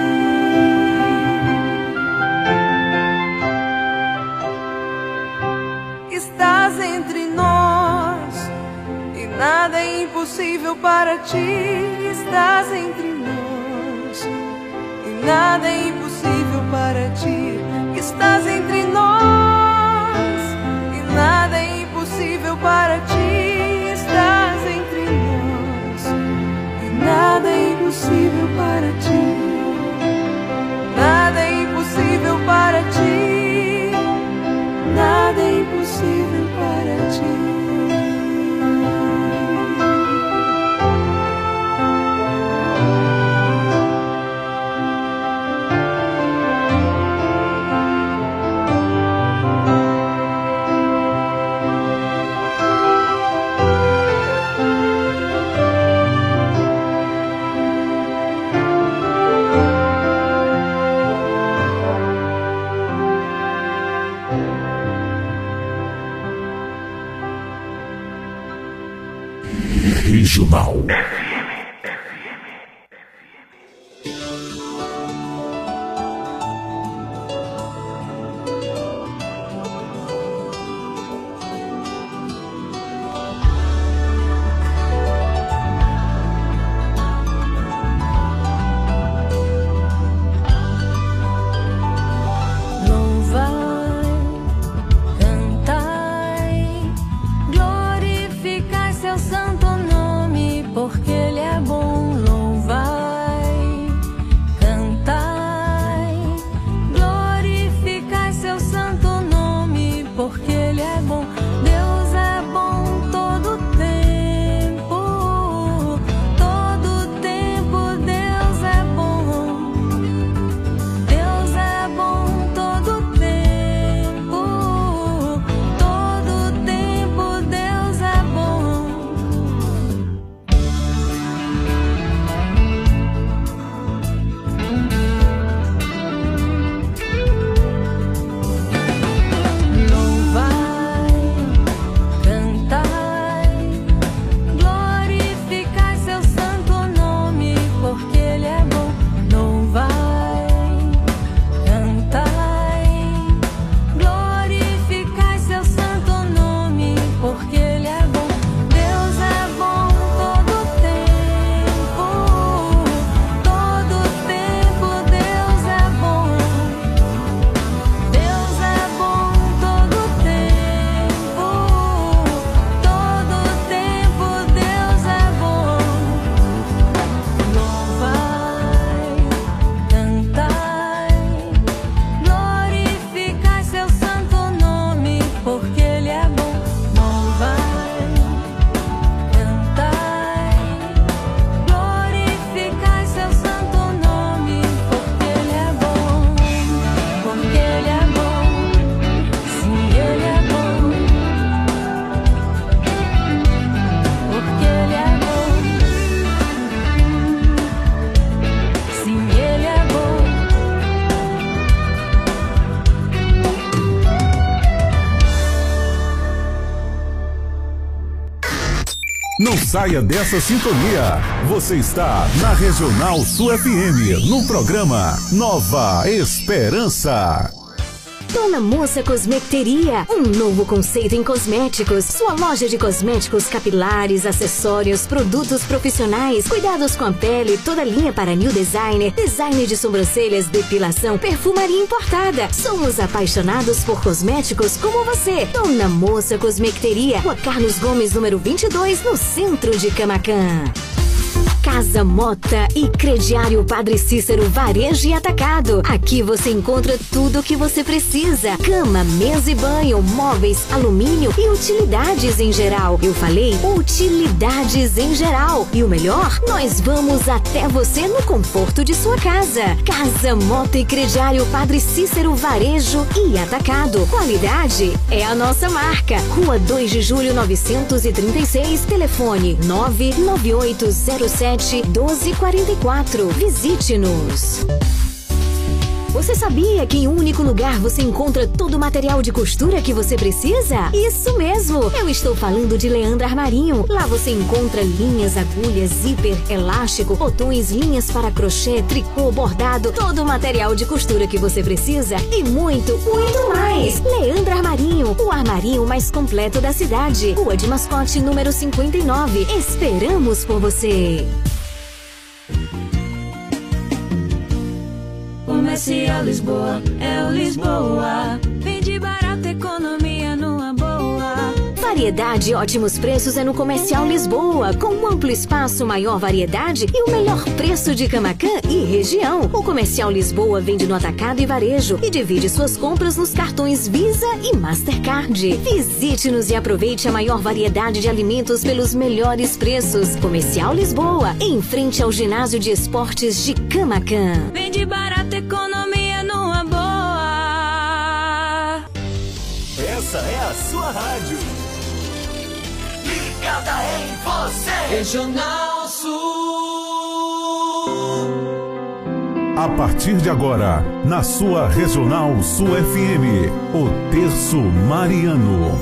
Estás entre nós e nada é impossível para ti. Estás entre nós e nada é impossível para ti. Estás entre nós e nada é impossível para ti. Estás entre nós e nada é impossível para ti. Nada é impossível para ti. Nada é impossível para ti. Regional. Não saia dessa sintonia. Você está na Regional Sul F M, no programa Nova Esperança. Dona Moça Cosmecteria, um novo conceito em cosméticos. Sua loja de cosméticos capilares, acessórios, produtos profissionais, cuidados com a pele, toda linha para new designer, design de sobrancelhas, depilação, perfumaria importada. Somos apaixonados por cosméticos como você. Dona Moça Cosmecteria, Rua Carlos Gomes, número vinte e dois, no centro de Camaquã. Casa Mota e Crediário Padre Cícero Varejo e Atacado. Aqui você encontra tudo o que você precisa: cama, mesa e banho, móveis, alumínio e utilidades em geral. Eu falei utilidades em geral. E o melhor, nós vamos até você no conforto de sua casa. Casa Mota e Crediário Padre Cícero Varejo e Atacado. Qualidade é a nossa marca. Rua dois de julho novecentos e trinta e seis, telefone nove nove oito zero sete um dois quatro quatro. Visite-nos. Você sabia que em um único lugar você encontra todo o material de costura que você precisa? Isso mesmo! Eu estou falando de Leandro Armarinho. Lá você encontra linhas, agulhas, zíper, elástico, botões, linhas para crochê, tricô, bordado, todo o material de costura que você precisa e muito, muito mais! Leandro Armarinho, o armarinho mais completo da cidade. Rua de Mascote, número cinquenta e nove. Esperamos por você! Comercial Lisboa, é o Lisboa. Vende barato, economia numa boa. Variedade e ótimos preços é no Comercial Lisboa, com um amplo espaço, maior variedade e o melhor preço de Camaquã e região. O Comercial Lisboa vende no atacado e varejo e divide suas compras nos cartões Visa e Mastercard. Visite-nos e aproveite a maior variedade de alimentos pelos melhores preços. Comercial Lisboa, em frente ao Ginásio de Esportes de Camaquã. Vende barato, economia numa boa. Essa é a sua rádio. Ligada em você. Regional Sul. A partir de agora, na sua Regional Sul F M, o Terço Mariano.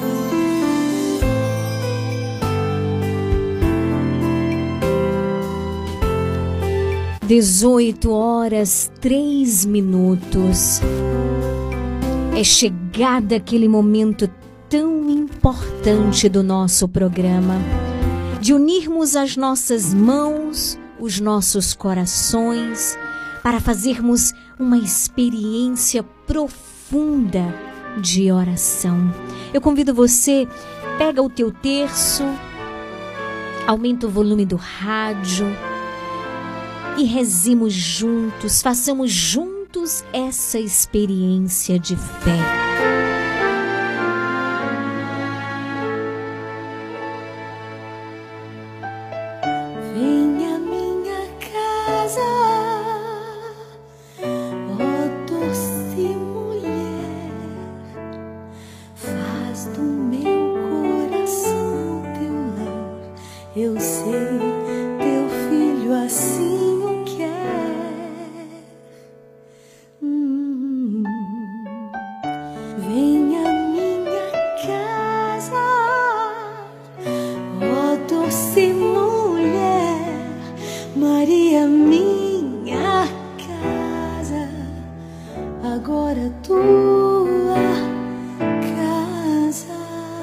dezoito horas, três minutos. É chegado aquele momento tão importante do nosso programa, de unirmos as nossas mãos, os nossos corações, para fazermos uma experiência profunda de oração. Eu convido você, pega o teu terço, aumenta o volume do rádio e rezemos juntos, façamos juntos essa experiência de fé. Venha à minha casa, ó doce mulher, faz do meu coração teu lar. Eu sei, teu filho assim o quer. Hum, venha à minha casa, ó doce mulher, Maria, minha casa, agora tua casa.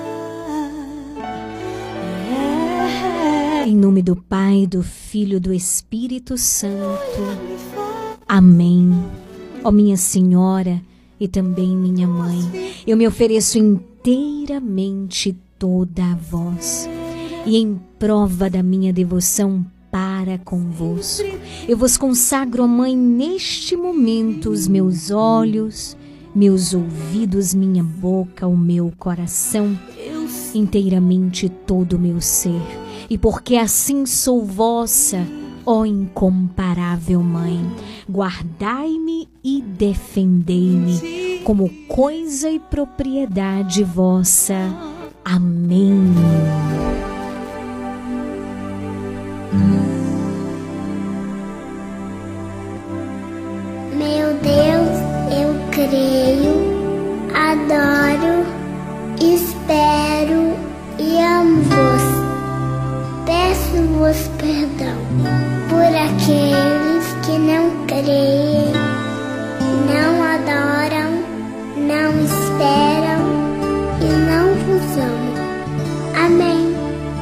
É. Em nome do Pai, do Filho e do Espírito Santo. Amém. Ó minha Senhora e também minha Mãe, eu me ofereço inteiramente toda a vós, e em prova da minha devoção para convosco, eu vos consagro, ó Mãe, neste momento os meus olhos, meus ouvidos, minha boca, o meu coração, inteiramente todo o meu ser. E porque assim sou vossa, ó incomparável Mãe, guardai-me e defendei-me como coisa e propriedade vossa. Amém. Meu Deus, eu creio, adoro, espero e amo-vos. Peço-vos perdão por aqueles que não creem, não adoram, não esperam e não vos amam. Amém.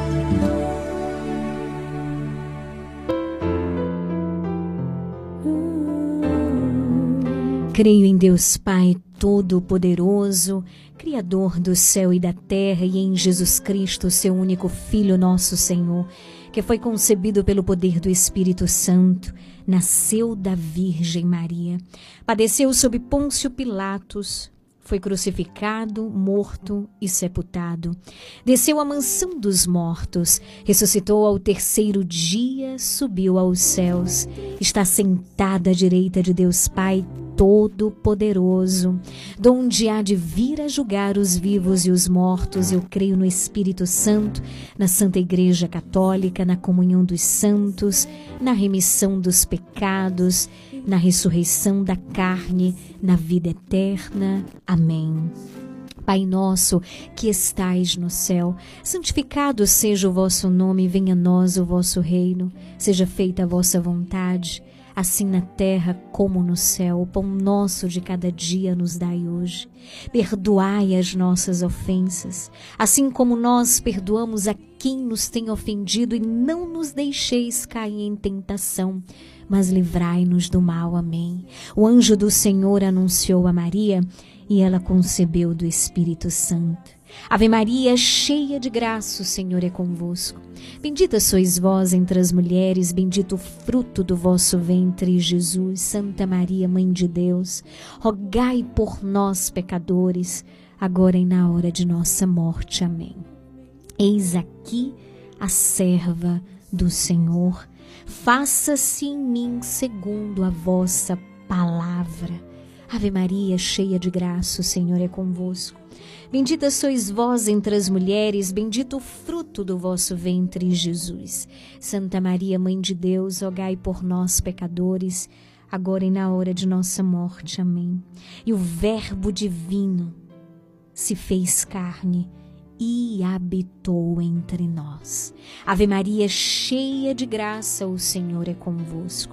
Creio em Deus Pai Todo-Poderoso, Criador do céu e da terra, e em Jesus Cristo, seu único Filho, nosso Senhor, que foi concebido pelo poder do Espírito Santo, nasceu da Virgem Maria, padeceu sob Pôncio Pilatos, foi crucificado, morto e sepultado. Desceu à mansão dos mortos, ressuscitou ao terceiro dia, subiu aos céus. Está sentado à direita de Deus Pai Todo-Poderoso, donde há de vir a julgar os vivos e os mortos. Eu creio no Espírito Santo, na Santa Igreja Católica, na comunhão dos santos, na remissão dos pecados, na ressurreição da carne, na vida eterna. Amém. Pai nosso, que estais no céu, santificado seja o vosso nome, venha a nós o vosso reino, seja feita a vossa vontade, assim na terra como no céu. O pão nosso de cada dia nos dai hoje. Perdoai as nossas ofensas, assim como nós perdoamos a quem nos tem ofendido, e não nos deixeis cair em tentação, mas livrai-nos do mal. Amém. O anjo do Senhor anunciou a Maria, e ela concebeu do Espírito Santo. Ave Maria, cheia de graça, o Senhor é convosco. Bendita sois vós entre as mulheres, bendito o fruto do vosso ventre, Jesus. Santa Maria, Mãe de Deus, rogai por nós, pecadores, agora e na hora de nossa morte. Amém. Eis aqui a serva do Senhor, faça-se em mim segundo a vossa palavra. Ave Maria, cheia de graça, o Senhor é convosco. Bendita sois vós entre as mulheres, bendito o fruto do vosso ventre, Jesus. Santa Maria, Mãe de Deus, rogai por nós, pecadores, agora e na hora de nossa morte. Amém. E o Verbo divino se fez carne e habitou entre nós. Ave Maria, cheia de graça, o Senhor é convosco.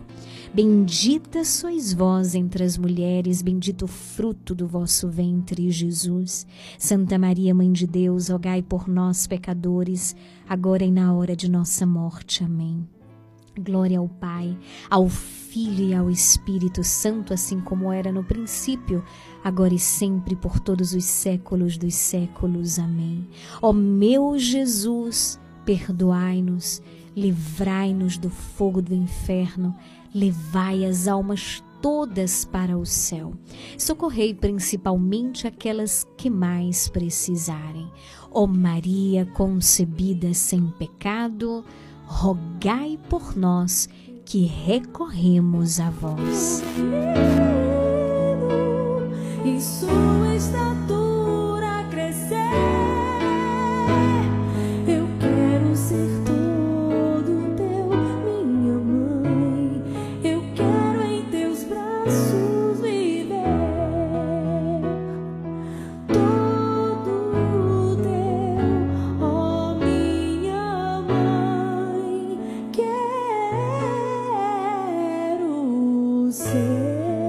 Bendita sois vós entre as mulheres, bendito o fruto do vosso ventre, Jesus. Santa Maria, Mãe de Deus, rogai por nós, pecadores, agora e na hora de nossa morte. Amém. Glória ao Pai, ao Filho e ao Espírito Santo, assim como era no princípio, agora e sempre, por todos os séculos dos séculos. Amém. Ó meu Jesus, perdoai-nos, livrai-nos do fogo do inferno, levai as almas todas para o céu. Socorrei principalmente aquelas que mais precisarem. Ó Maria concebida sem pecado, rogai por nós que recorremos a vós. E sua estatura crescer, eu quero ser todo teu, minha mãe. Eu quero em teus braços viver, todo teu, ó minha mãe. Quero ser.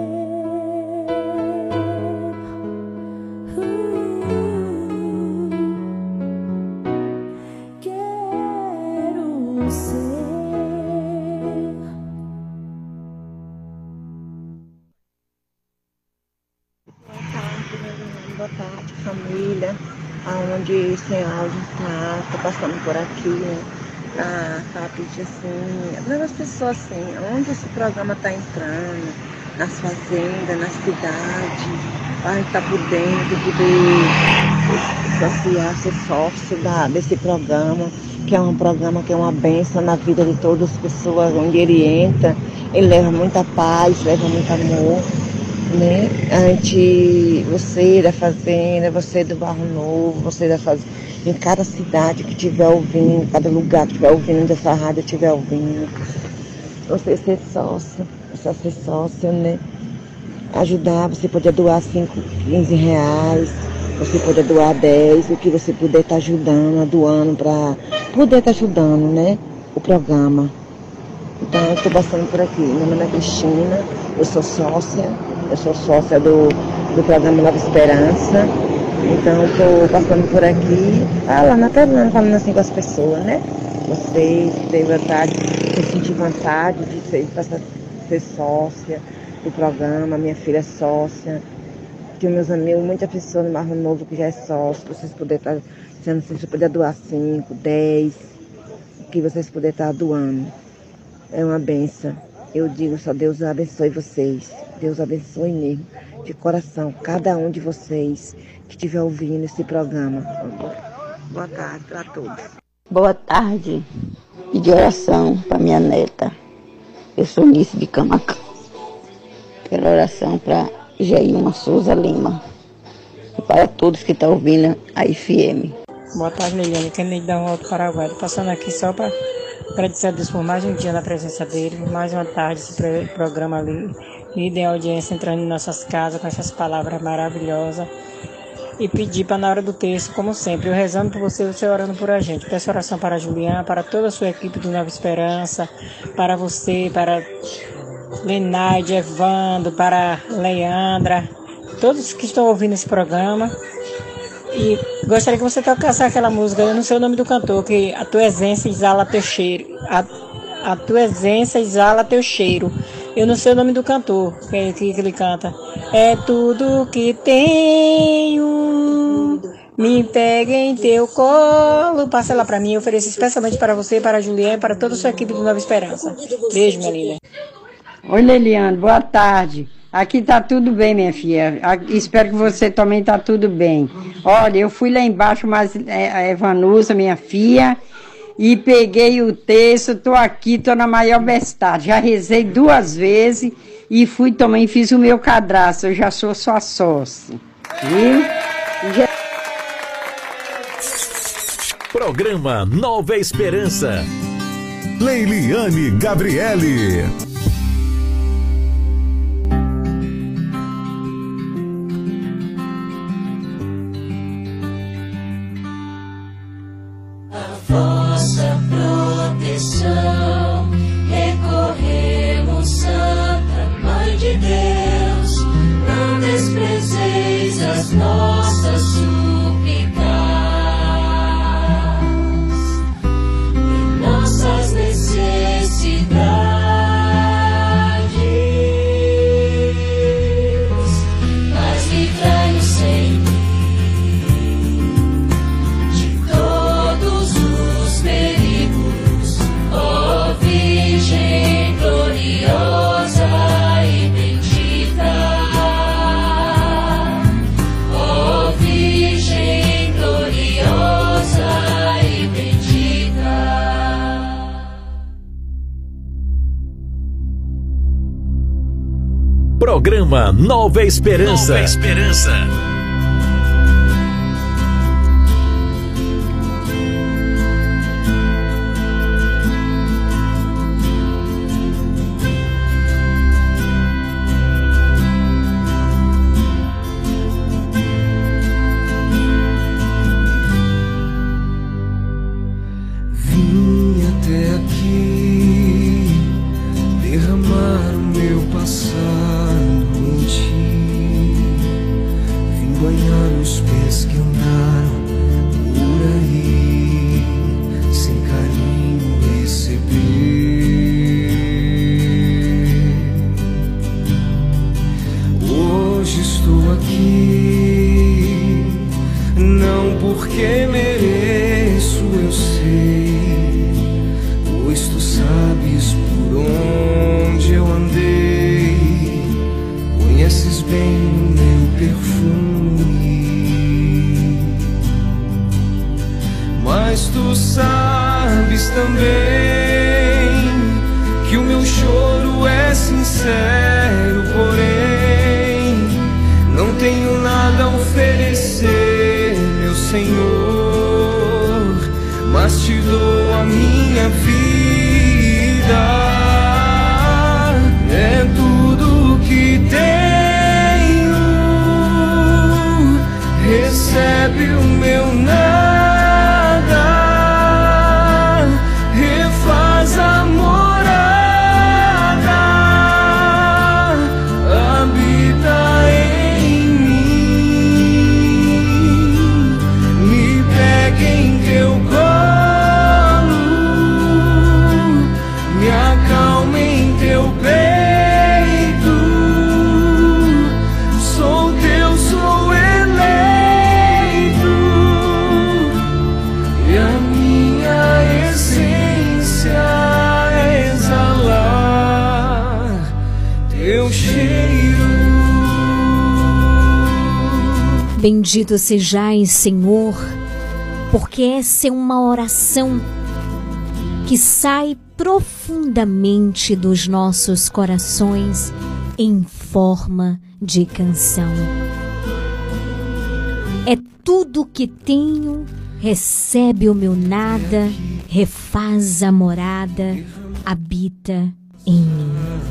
Boa tarde, família. Aonde o senhor está, estou passando por aqui, né? Para pedir assim, as pessoas assim, onde esse programa está entrando, nas fazendas, nas cidades, para a gente estar por dentro, poder associar, ser sócio da, desse programa, que é um programa que é uma bênção na vida de todas as pessoas, onde ele entra, ele leva muita paz, leva muito amor. Né? A gente, você da fazenda, você do Barro Novo, você da fazenda, em cada cidade que estiver ouvindo, em cada lugar que estiver ouvindo, dessa rádio estiver ouvindo, você ser sócio, você ser sócio, né? Ajudar, você poder doar cinco, quinze reais, você poder doar dez, o que você puder estar ajudando, doando para poder estar ajudando, né? O programa. Então eu estou passando por aqui, meu nome é Cristina, eu sou sócia. Eu sou sócia do, do programa Nova Esperança, então estou passando por aqui, falando, até falando assim com as pessoas, né? Vocês que têm vontade, que sentir vontade de ser, ser sócia do programa, minha filha é sócia, tenho meus amigos, muitas pessoas no Barro Novo que já é sócio, vocês poderem estar sendo, se você puder doar cinco, dez, que vocês puderem estar doando. É uma benção. Eu digo só Deus abençoe vocês. Deus abençoe mesmo, de coração, cada um de vocês que estiver ouvindo esse programa. Boa tarde para todos. Boa tarde. E de oração para minha neta. Eu sou Nice de Camacã. Quero oração para Geilma Souza Lima. E para todos que estão ouvindo a F M. Boa tarde, Liliane. Kennedy da Rua do Paraguai. Estou passando aqui só para agradecer a Deus por mais um dia na presença dele, mais uma tarde esse programa ali, líder em audiência entrando em nossas casas com essas palavras maravilhosas. E pedir para na hora do texto, como sempre, eu rezando por você, você orando por a gente. Peço oração para a Juliana, para toda a sua equipe do Nova Esperança, para você, para Lenaide, Evandro, para Leandra, todos que estão ouvindo esse programa. E gostaria que você tocasse aquela música, eu não sei o nome do cantor, que a tua essência exala teu cheiro. A, a tua essência exala teu cheiro. Eu não sei o nome do cantor que, que, que ele canta. É tudo que tenho, me pega em teu colo. Passa lá pra mim, eu ofereço especialmente para você, para a Juliana e para toda a sua equipe do Nova Esperança. Beijo, minha linda. Oi, Leliane, boa tarde. Aqui tá tudo bem, minha filha. Espero que você também tá tudo bem. Olha, eu fui lá embaixo, mas a Evanusa, minha filha, e peguei o texto, tô aqui, tô na maior bestade. Já rezei duas vezes e fui também, fiz o meu cadastro. Eu já sou sua sócia. Viu? Já... Programa Nova Esperança. Leiliane Gabriele. Vossa proteção, recorremos, Santa Mãe de Deus, não desprezeis as nossas súplicas e nossas necessidades, mas livrai-nos sempre perigos, ó Virgem gloriosa e bendita, ó Virgem gloriosa e bendita. Programa Nova Esperança. Nova Esperança. Sou teu, sou eleito. Bendito sejais, Senhor, porque essa é uma oração que sai profundamente dos nossos corações em forma de canção. É tudo que tenho, recebe o meu nada, refaz a morada, habita em mim.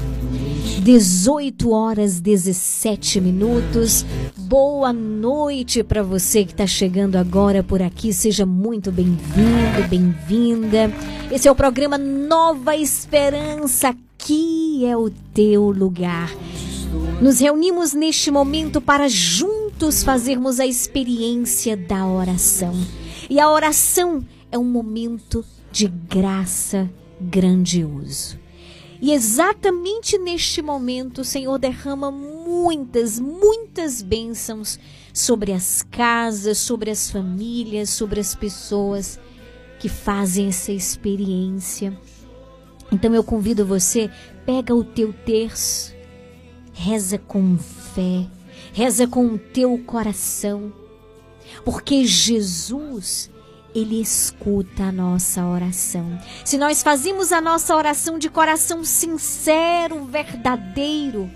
dezoito horas, dezessete minutos. Boa noite para você que está chegando agora por aqui. Seja muito bem-vindo, bem-vinda. Esse é o programa Nova Esperança. Aqui é o teu lugar. Nos reunimos neste momento para juntos fazermos a experiência da oração. E a oração é um momento de graça grandioso. E exatamente neste momento o Senhor derrama muitas, muitas bênçãos sobre as casas, sobre as famílias, sobre as pessoas que fazem essa experiência. Então eu convido você, pega o teu terço, reza com fé, reza com o teu coração, porque Jesus, Ele escuta a nossa oração. Se nós fazemos a nossa oração de coração sincero, verdadeiro,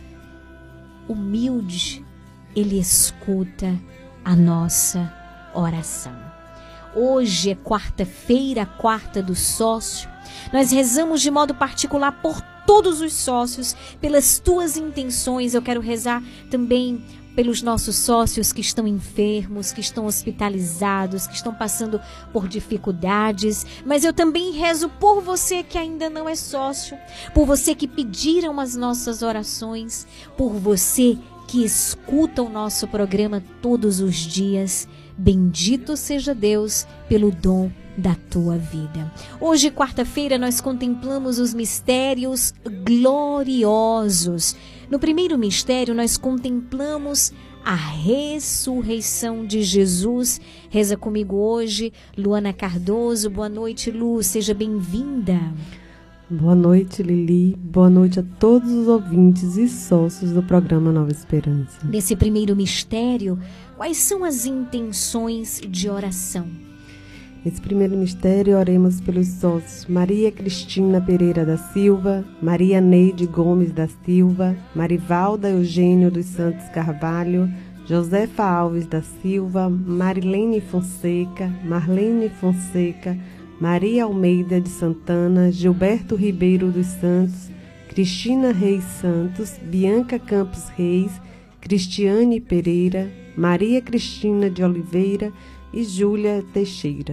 humilde, Ele escuta a nossa oração. Hoje é quarta-feira, quarta do sócio. Nós rezamos de modo particular por todos os sócios, pelas tuas intenções. Eu quero rezar também pelos nossos sócios que estão enfermos, que estão hospitalizados, que estão passando por dificuldades. Mas eu também rezo por você que ainda não é sócio, por você que pediram as nossas orações, por você que escuta o nosso programa todos os dias. Bendito seja Deus pelo dom da tua vida. Hoje, quarta-feira, nós contemplamos os mistérios gloriosos. No primeiro mistério, nós contemplamos a ressurreição de Jesus. Reza comigo hoje, Luana Cardoso. Boa noite, Lu. Seja bem-vinda. Boa noite, Lili. Boa noite a todos os ouvintes e sócios do programa Nova Esperança. Nesse primeiro mistério, quais são as intenções de oração? Nesse primeiro mistério, oremos pelos sócios Maria Cristina Pereira da Silva, Maria Neide Gomes da Silva, Marivalda Eugênio dos Santos Carvalho, Josefa Alves da Silva, Marilene Fonseca, Marlene Fonseca, Maria Almeida de Santana, Gilberto Ribeiro dos Santos, Cristina Reis Santos, Bianca Campos Reis, Cristiane Pereira, Maria Cristina de Oliveira e Júlia Teixeira.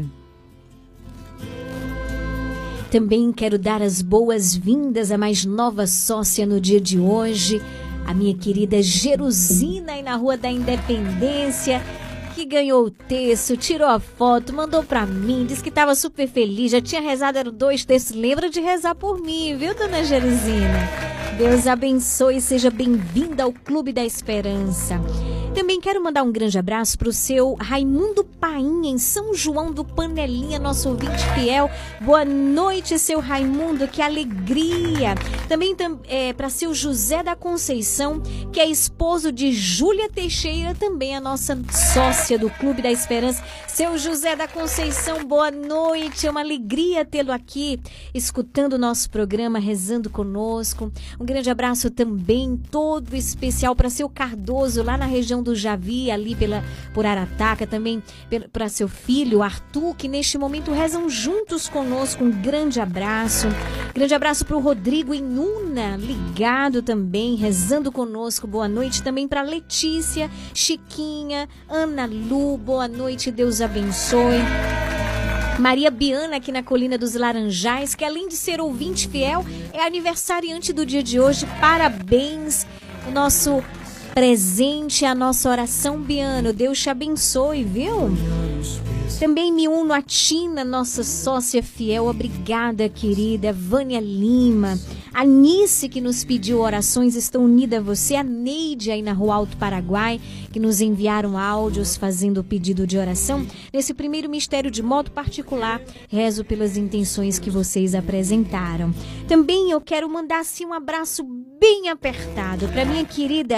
Também quero dar as boas-vindas à mais nova sócia no dia de hoje, a minha querida Jerusina, aí na Rua da Independência, que ganhou o texto, tirou a foto, mandou pra mim, disse que estava super feliz, já tinha rezado, eram dois textos. Lembra de rezar por mim, viu, dona Jerusina? Deus abençoe e seja bem-vinda ao Clube da Esperança. Também quero mandar um grande abraço para o seu Raimundo Painha, em São João do Panelinha, nosso ouvinte fiel. Boa noite, seu Raimundo, que alegria. Também é, para seu José da Conceição, que é esposo de Júlia Teixeira, também a nossa sócia do Clube da Esperança. Seu José da Conceição, boa noite. É uma alegria tê-lo aqui, escutando o nosso programa, rezando conosco. Um grande abraço também, todo especial para seu Cardoso, lá na região do Javi, ali pela, por Arataca, também para seu filho Arthur, que neste momento rezam juntos conosco. Um grande abraço. Grande abraço para o Rodrigo Inuna, ligado também, rezando conosco. Boa noite também para Letícia, Chiquinha, Ana Lu, boa noite, Deus abençoe. Maria Biana, aqui na Colina dos Laranjais, que além de ser ouvinte fiel, é aniversariante do dia de hoje. Parabéns, o nosso presente, a nossa oração, Biano. Deus te abençoe, viu? Também me uno a Tina, nossa sócia fiel. Obrigada, querida. Vânia Lima. A Nice, que nos pediu orações, estão unida a você. A Neide, aí na Rua Alto Paraguai, que nos enviaram áudios fazendo o pedido de oração. Nesse primeiro mistério, de modo particular, rezo pelas intenções que vocês apresentaram. Também eu quero mandar assim um abraço bem apertado para minha querida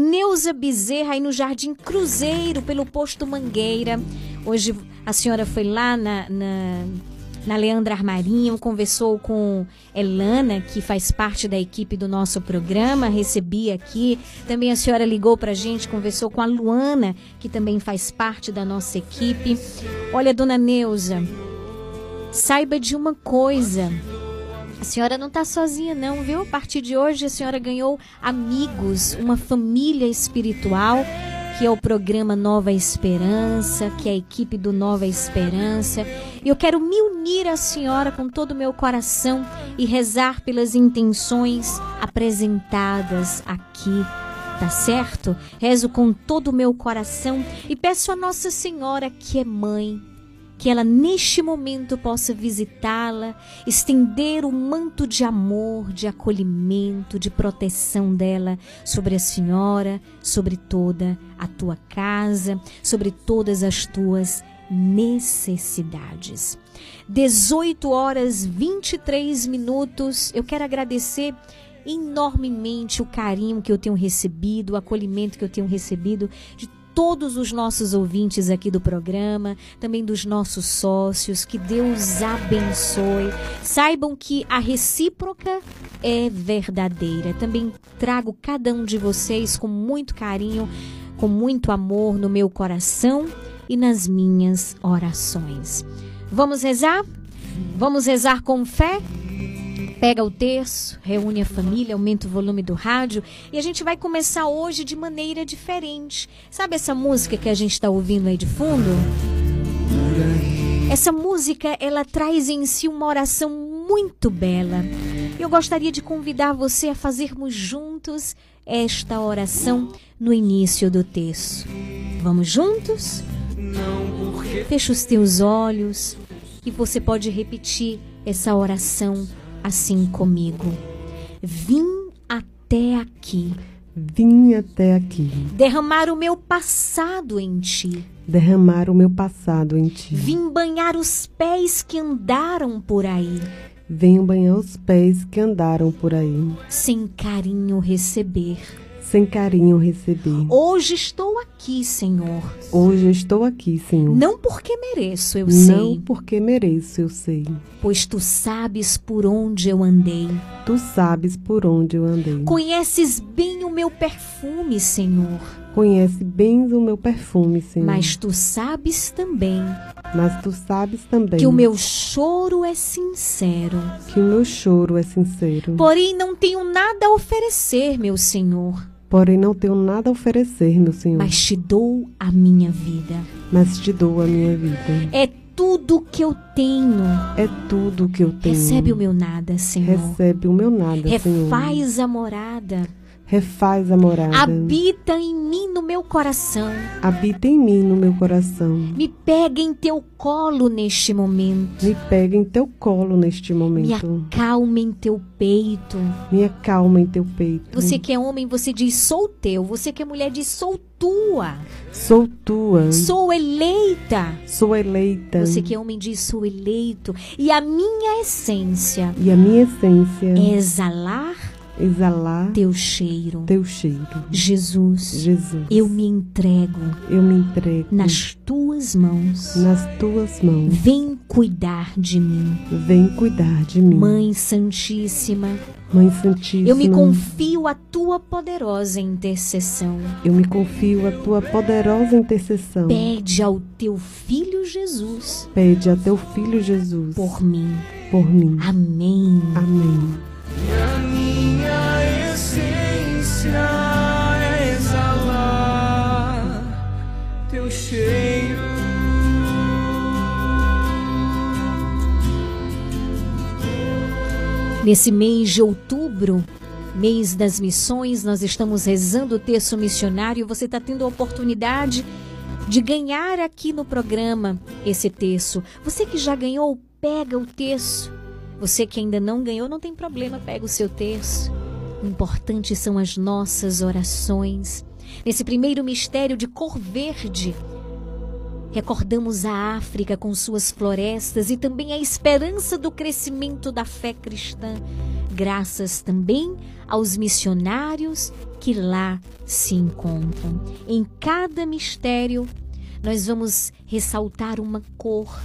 Neuza Bezerra, aí no Jardim Cruzeiro, pelo posto Mangueira. Hoje a senhora foi lá na, na, na Leandra Armarinho, conversou com Elana, que faz parte da equipe do nosso programa, recebi aqui. Também a senhora ligou pra gente, conversou com a Luana, que também faz parte da nossa equipe. Olha, dona Neuza, saiba de uma coisa, a senhora não está sozinha não, viu? A partir de hoje a senhora ganhou amigos, uma família espiritual, que é o programa Nova Esperança, que é a equipe do Nova Esperança. E eu quero me unir à senhora com todo o meu coração e rezar pelas intenções apresentadas aqui, tá certo? Rezo com todo o meu coração e peço a Nossa Senhora, que é mãe, que ela neste momento possa visitá-la, estender o manto de amor, de acolhimento, de proteção dela sobre a senhora, sobre toda a tua casa, sobre todas as tuas necessidades. dezoito horas e vinte e três minutos. Eu quero agradecer enormemente o carinho que eu tenho recebido, o acolhimento que eu tenho recebido de todos os nossos ouvintes aqui do programa, também dos nossos sócios. Que Deus abençoe. Saibam que a recíproca é verdadeira. Também trago cada um de vocês com muito carinho, com muito amor no meu coração e nas minhas orações. Vamos rezar? Vamos rezar com fé? Pega o terço, reúne a família, aumenta o volume do rádio e a gente vai começar hoje de maneira diferente. Sabe essa música que a gente está ouvindo aí de fundo? Essa música, ela traz em si uma oração muito bela. Eu gostaria de convidar você a fazermos juntos esta oração no início do terço. Vamos juntos? Fecha os teus olhos e você pode repetir essa oração assim comigo. Vim até aqui. Vim até aqui. Derramar o meu passado em ti. Derramar o meu passado em ti. Vim banhar os pés que andaram por aí. Venho banhar os pés que andaram por aí. Sem carinho receber. Sem carinho receber. Hoje estou aqui, Senhor. Hoje eu estou aqui, Senhor. Não porque mereço, eu sei. Não porque mereço, eu sei. Pois tu sabes por onde eu andei. Tu sabes por onde eu andei. Conheces bem o meu perfume, Senhor. Conhece bem o meu perfume, Senhor. Mas tu sabes também. Mas tu sabes também. Que o meu choro é sincero. Que o meu choro é sincero. Porém não tenho nada a oferecer, meu Senhor. Porém não tenho nada a oferecer, meu Senhor. Mas te dou a minha vida. Mas te dou a minha vida. É tudo que eu tenho. É tudo que eu tenho. Recebe o meu nada, Senhor. Recebe o meu nada, Refaz Senhor. Refaz a morada. Refaz a morada. Habita em mim no meu coração. Habita em mim no meu coração. Me pega em teu colo neste momento. Me pega em teu colo neste momento. Me acalma em teu peito. Me acalma em teu peito. Você que é homem, você diz sou teu. Você que é mulher, diz sou tua. Sou tua. Sou eleita. Sou eleita. Você que é homem, diz sou eleito. E a minha essência. E a minha essência. É exalar. Exalar teu cheiro. Teu cheiro. Jesus. Jesus. Eu me entrego. Eu me entrego. Nas tuas mãos. Nas tuas mãos. Vem cuidar de mim. Vem cuidar de mim. Mãe Santíssima. Mãe Santíssima. Eu me confio à tua poderosa intercessão. Eu me confio à tua poderosa intercessão. Pede ao teu filho Jesus. Pede a teu filho Jesus. Por mim. Por mim. Amém. Amém. E a minha essência é exalar teu cheiro. Nesse mês de outubro, mês das missões, nós estamos rezando o terço missionário. Você está tendo a oportunidade de ganhar aqui no programa esse terço. Você que já ganhou, pega o terço. Você que ainda não ganhou, não tem problema, pega o seu terço. O importante são as nossas orações. Nesse primeiro mistério de cor verde, recordamos a África com suas florestas e também a esperança do crescimento da fé cristã graças também aos missionários que lá se encontram. Em cada mistério, nós vamos ressaltar uma cor.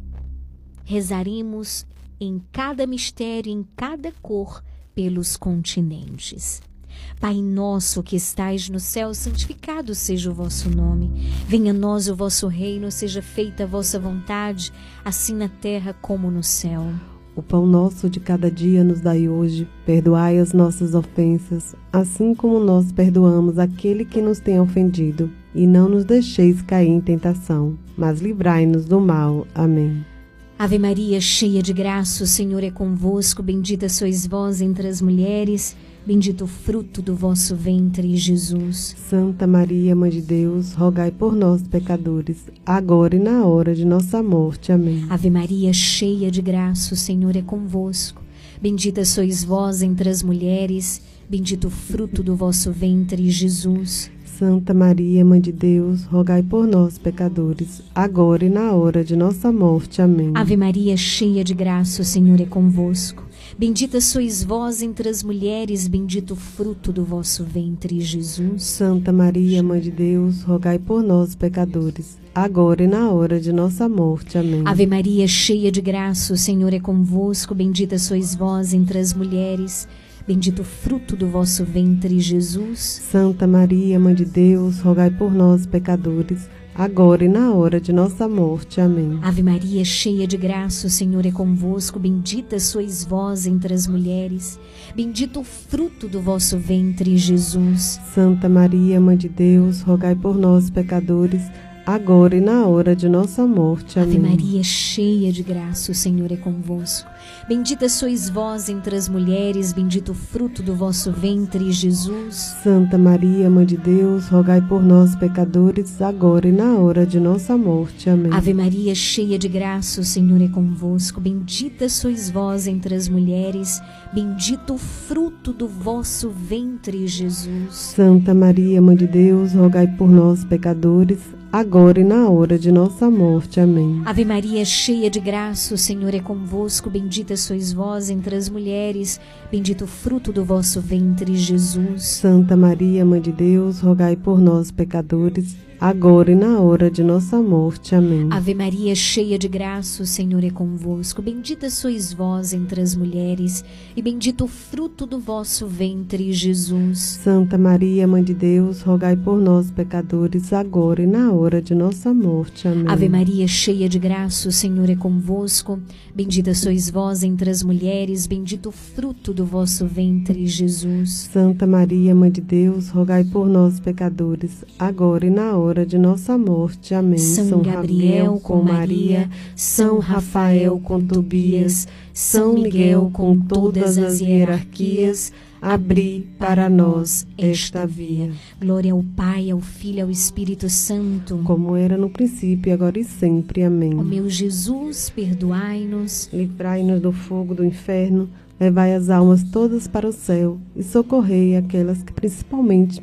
Rezaremos em cada mistério, em cada cor, pelos continentes. Pai nosso que estais no céu, santificado seja o vosso nome. Venha a nós o vosso reino, seja feita a vossa vontade, assim na terra como no céu. O pão nosso de cada dia nos dai hoje. Perdoai as nossas ofensas, assim como nós perdoamos aquele que nos tem ofendido. E não nos deixeis cair em tentação, mas livrai-nos do mal. Amém. Ave Maria, cheia de graça, o Senhor é convosco. Bendita sois vós entre as mulheres. Bendito o fruto do vosso ventre, Jesus. Santa Maria, Mãe de Deus, rogai por nós, pecadores, agora e na hora de nossa morte. Amém. Ave Maria, cheia de graça, o Senhor é convosco. Bendita sois vós entre as mulheres. Bendito o fruto do vosso ventre, Jesus. Santa Maria, Mãe de Deus, rogai por nós, pecadores, agora e na hora de nossa morte. Amém. Ave Maria, cheia de graça, o Senhor é convosco. Bendita sois vós entre as mulheres, bendito o fruto do vosso ventre, Jesus. Santa Maria, Mãe de Deus, rogai por nós, pecadores, agora e na hora de nossa morte. Amém. Ave Maria, cheia de graça, o Senhor é convosco. Bendita sois vós entre as mulheres, bendito o fruto do vosso ventre, Jesus. Santa Maria, Mãe de Deus, rogai por nós, pecadores, agora e na hora de nossa morte. Amém. Ave Maria, cheia de graça, o Senhor é convosco. Bendita sois vós entre as mulheres. Bendito o fruto do vosso ventre, Jesus. Santa Maria, Mãe de Deus, rogai por nós, pecadores, agora e na hora de nossa morte. Amém. Ave Maria, cheia de graça, o Senhor é convosco. Bendita sois vós entre as mulheres, bendito o fruto do vosso ventre, Jesus. Santa Maria, Mãe de Deus, rogai por nós, pecadores, agora e na hora de nossa morte. Amém. Ave Maria, cheia de graça, o Senhor é convosco. Bendita sois vós entre as mulheres, bendito o fruto do vosso ventre, Jesus. Santa Maria, Mãe de Deus, rogai por nós, pecadores, agora e na hora de nossa morte. Amém. Ave Maria, cheia de graça, o Senhor é convosco. Bendita sois vós entre as mulheres, bendito o fruto do vosso ventre, Jesus. Santa Maria, Mãe de Deus, rogai por nós, pecadores, agora e na hora de nossa morte. Amém. Ave Maria, cheia de graça, o Senhor é convosco. Bendita sois vós entre as mulheres, e bendito o fruto do vosso ventre, Jesus. Santa Maria, Mãe de Deus, rogai por nós, pecadores, agora e na hora de nossa morte. Amém. Ave Maria, cheia de graça, o Senhor é convosco. Bendita sois vós entre as mulheres, bendito o fruto do vosso ventre, Jesus. Santa Maria, Mãe de Deus, rogai por nós, pecadores, agora e na hora de nossa morte. Amém. São, São Gabriel com Maria, São Rafael com Tobias, São Miguel com todas as hierarquias, abri para nós esta via. Glória ao Pai, ao Filho e ao Espírito Santo, como era no princípio, agora e sempre. Amém. Ó meu Jesus, perdoai-nos, livrai-nos do fogo do inferno, levai as almas todas para o céu e socorrei aquelas que principalmente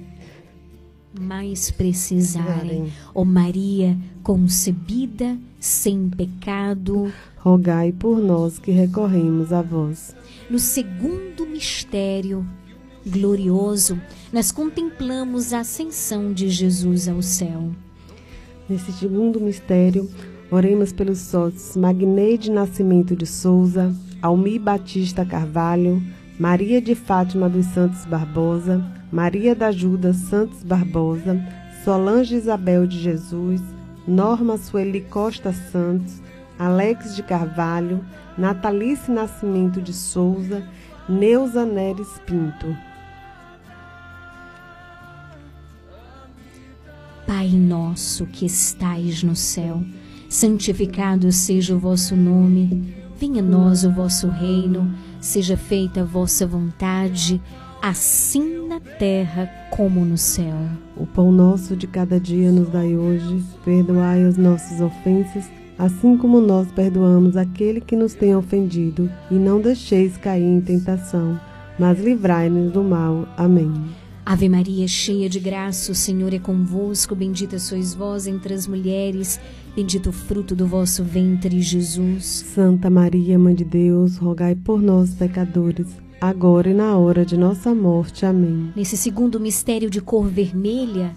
mais precisarem. Ó Maria, concebida sem pecado, rogai por nós que recorremos a vós. No segundo mistério glorioso, nós contemplamos a ascensão de Jesus ao céu. Nesse segundo mistério, oremos pelos sócios Magneide Nascimento de Souza, Almir Batista Carvalho, Maria de Fátima dos Santos Barbosa, Maria da Ajuda Santos Barbosa, Solange Isabel de Jesus, Norma Sueli Costa Santos, Alex de Carvalho, Natalice Nascimento de Souza, Neuza Neres Pinto. Pai nosso que estais no céu, santificado seja o vosso nome, venha a nós o vosso reino, seja feita a vossa vontade, assim na terra como no céu. O pão nosso de cada dia nos dai hoje, perdoai as nossas ofensas, assim como nós perdoamos aquele que nos tem ofendido, e não deixeis cair em tentação, mas livrai-nos do mal. Amém. Ave Maria, cheia de graça, o Senhor é convosco. Bendita sois vós entre as mulheres, bendito o fruto do vosso ventre, Jesus. Santa Maria, Mãe de Deus, rogai por nós, pecadores, agora e na hora de nossa morte. Amém. Nesse segundo mistério de cor vermelha,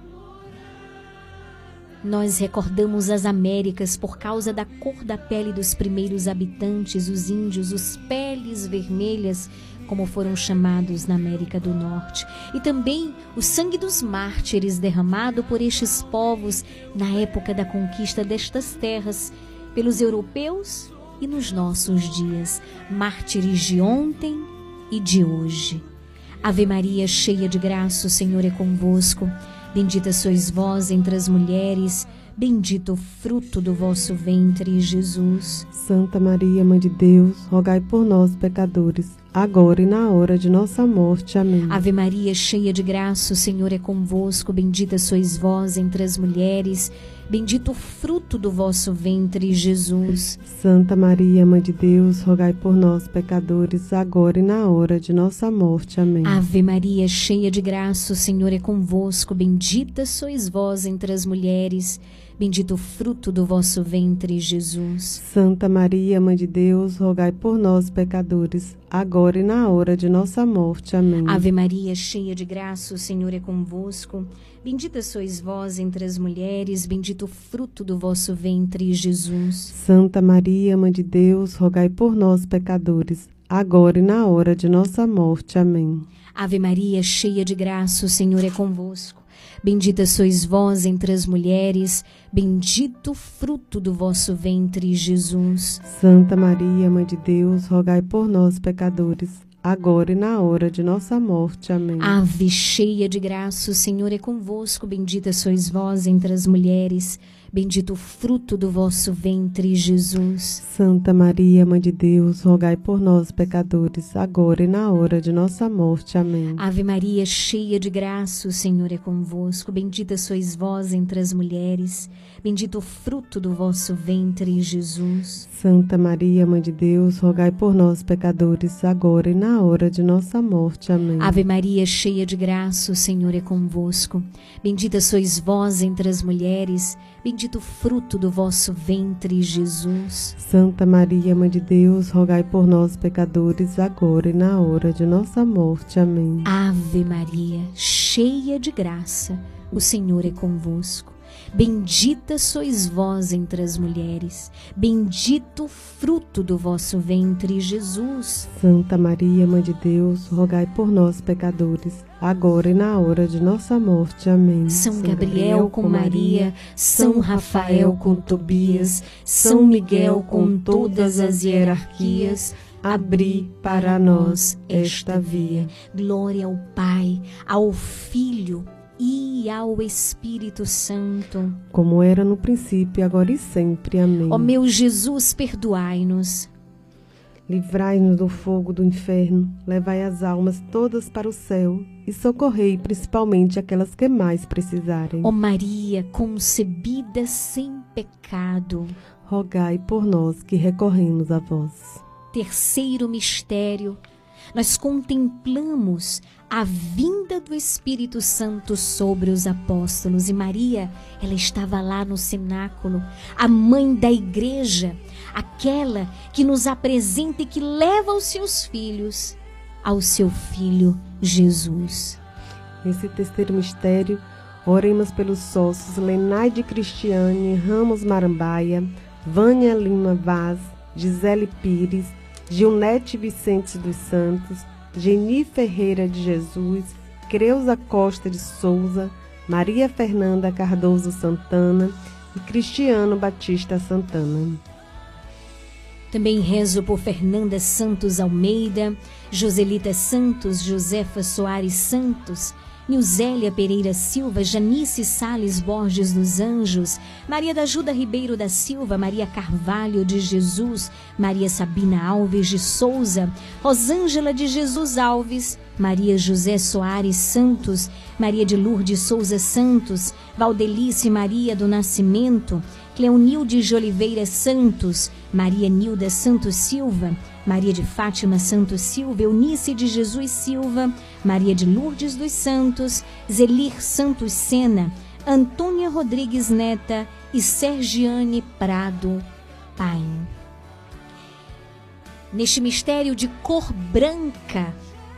nós recordamos as Américas por causa da cor da pele dos primeiros habitantes, os índios, os peles vermelhas, como foram chamados na América do Norte. E também o sangue dos mártires derramado por estes povos na época da conquista destas terras pelos europeus e nos nossos dias, mártires de ontem e de hoje. Ave Maria, cheia de graça, o Senhor é convosco. Bendita sois vós entre as mulheres, bendito o fruto do vosso ventre, Jesus. Santa Maria, Mãe de Deus, rogai por nós, pecadores, agora e na hora de nossa morte. Amém. Ave Maria, cheia de graça, o Senhor é convosco. Bendita sois vós entre as mulheres, bendito o fruto do vosso ventre, Jesus. Santa Maria, Mãe de Deus, rogai por nós, pecadores, agora e na hora de nossa morte. Amém. Ave Maria, cheia de graça, o Senhor é convosco. Bendita sois vós entre as mulheres, bendito o fruto do vosso ventre, Jesus. Santa Maria, Mãe de Deus, rogai por nós, pecadores, agora e na hora de nossa morte. Amém. Ave Maria, cheia de graça, o Senhor é convosco. Bendita sois vós entre as mulheres, bendito o fruto do vosso ventre, Jesus. Santa Maria, Mãe de Deus, rogai por nós, pecadores, agora e na hora de nossa morte. Amém. Ave Maria, cheia de graça, o Senhor é convosco. Bendita sois vós entre as mulheres, bendito o fruto do vosso ventre, Jesus. Santa Maria, Mãe de Deus, rogai por nós, pecadores, agora e na hora de nossa morte. Amém. Ave cheia de graça, o Senhor é convosco. Bendita sois vós entre as mulheres, bendito o fruto do vosso ventre, Jesus. Santa Maria, Mãe de Deus, rogai por nós, pecadores, agora e na hora de nossa morte. Amém. Ave Maria, cheia de graça, o Senhor é convosco. Bendita sois vós entre as mulheres, bendito o fruto do vosso ventre, Jesus. Santa Maria, Mãe de Deus, rogai por nós, pecadores, agora e na hora de nossa morte. Amém. Ave Maria, cheia de graça, o Senhor é convosco. Bendita sois vós entre as mulheres, bendito o fruto do vosso ventre, Jesus. Santa Maria, Mãe de Deus, rogai por nós, pecadores, agora e na hora de nossa morte. Amém. Ave Maria, cheia de graça, o Senhor é convosco. Bendita sois vós entre as mulheres, bendito o fruto do vosso ventre, Jesus. Santa Maria, Mãe de Deus, rogai por nós, pecadores, agora e na hora de nossa morte. Amém. São Gabriel com Maria, São Rafael com Tobias, São Miguel com todas as hierarquias, abri para nós esta via. Glória ao Pai, ao Filho e ao Espírito Santo, como era no princípio, agora e sempre. Amém. Ó meu Jesus, perdoai-nos. Livrai-nos do fogo do inferno, levai as almas todas para o céu e socorrei principalmente aquelas que mais precisarem. Ó Maria, concebida sem pecado, rogai por nós que recorremos a vós. Terceiro mistério, nós contemplamos a vinda do Espírito Santo sobre os apóstolos. E Maria, ela estava lá no cenáculo, a mãe da igreja, aquela que nos apresenta e que leva os seus filhos ao seu Filho Jesus. Nesse terceiro mistério, oremos pelos sócios Lenaide Cristiane Ramos Marambaia, Vânia Lima Vaz, Gisele Pires, Gilnete Vicente dos Santos, Geni Ferreira de Jesus, Creuza Costa de Souza, Maria Fernanda Cardoso Santana e Cristiano Batista Santana. Também rezo por Fernanda Santos Almeida, Joselita Santos, Josefa Soares Santos, Nilzélia Pereira Silva, Janice Sales Borges dos Anjos, Maria da Ajuda Ribeiro da Silva, Maria Carvalho de Jesus, Maria Sabina Alves de Souza, Rosângela de Jesus Alves, Maria José Soares Santos, Maria de Lourdes Souza Santos, Valdelice Maria do Nascimento, Cleonilde de Oliveira Santos, Maria Nilda Santos Silva, Maria de Fátima Santos Silva, Eunice de Jesus Silva, Maria de Lourdes dos Santos, Zelir Santos Sena, Antônia Rodrigues Neta e Sergiane Prado Paim. neste mistério de cor branca,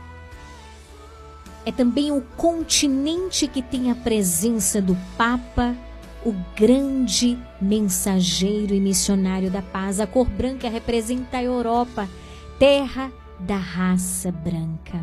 é também o continente que tem a presença do Papa, o grande mensageiro e missionário da paz. A cor branca representa a Europa, terra da raça branca.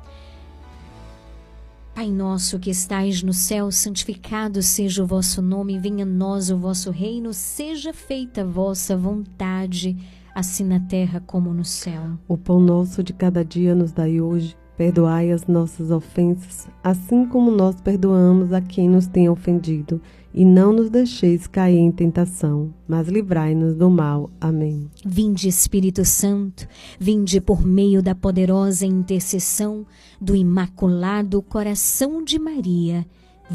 Pai nosso que estais no céu, santificado seja o vosso nome, venha a nós o vosso reino, seja feita a vossa vontade, assim na terra como no céu. O pão nosso de cada dia nos dai hoje. Perdoai as nossas ofensas, assim como nós perdoamos a quem nos tem ofendido. E não nos deixeis cair em tentação, mas livrai-nos do mal. Amém. Vinde, Espírito Santo, vinde por meio da poderosa intercessão do Imaculado Coração de Maria,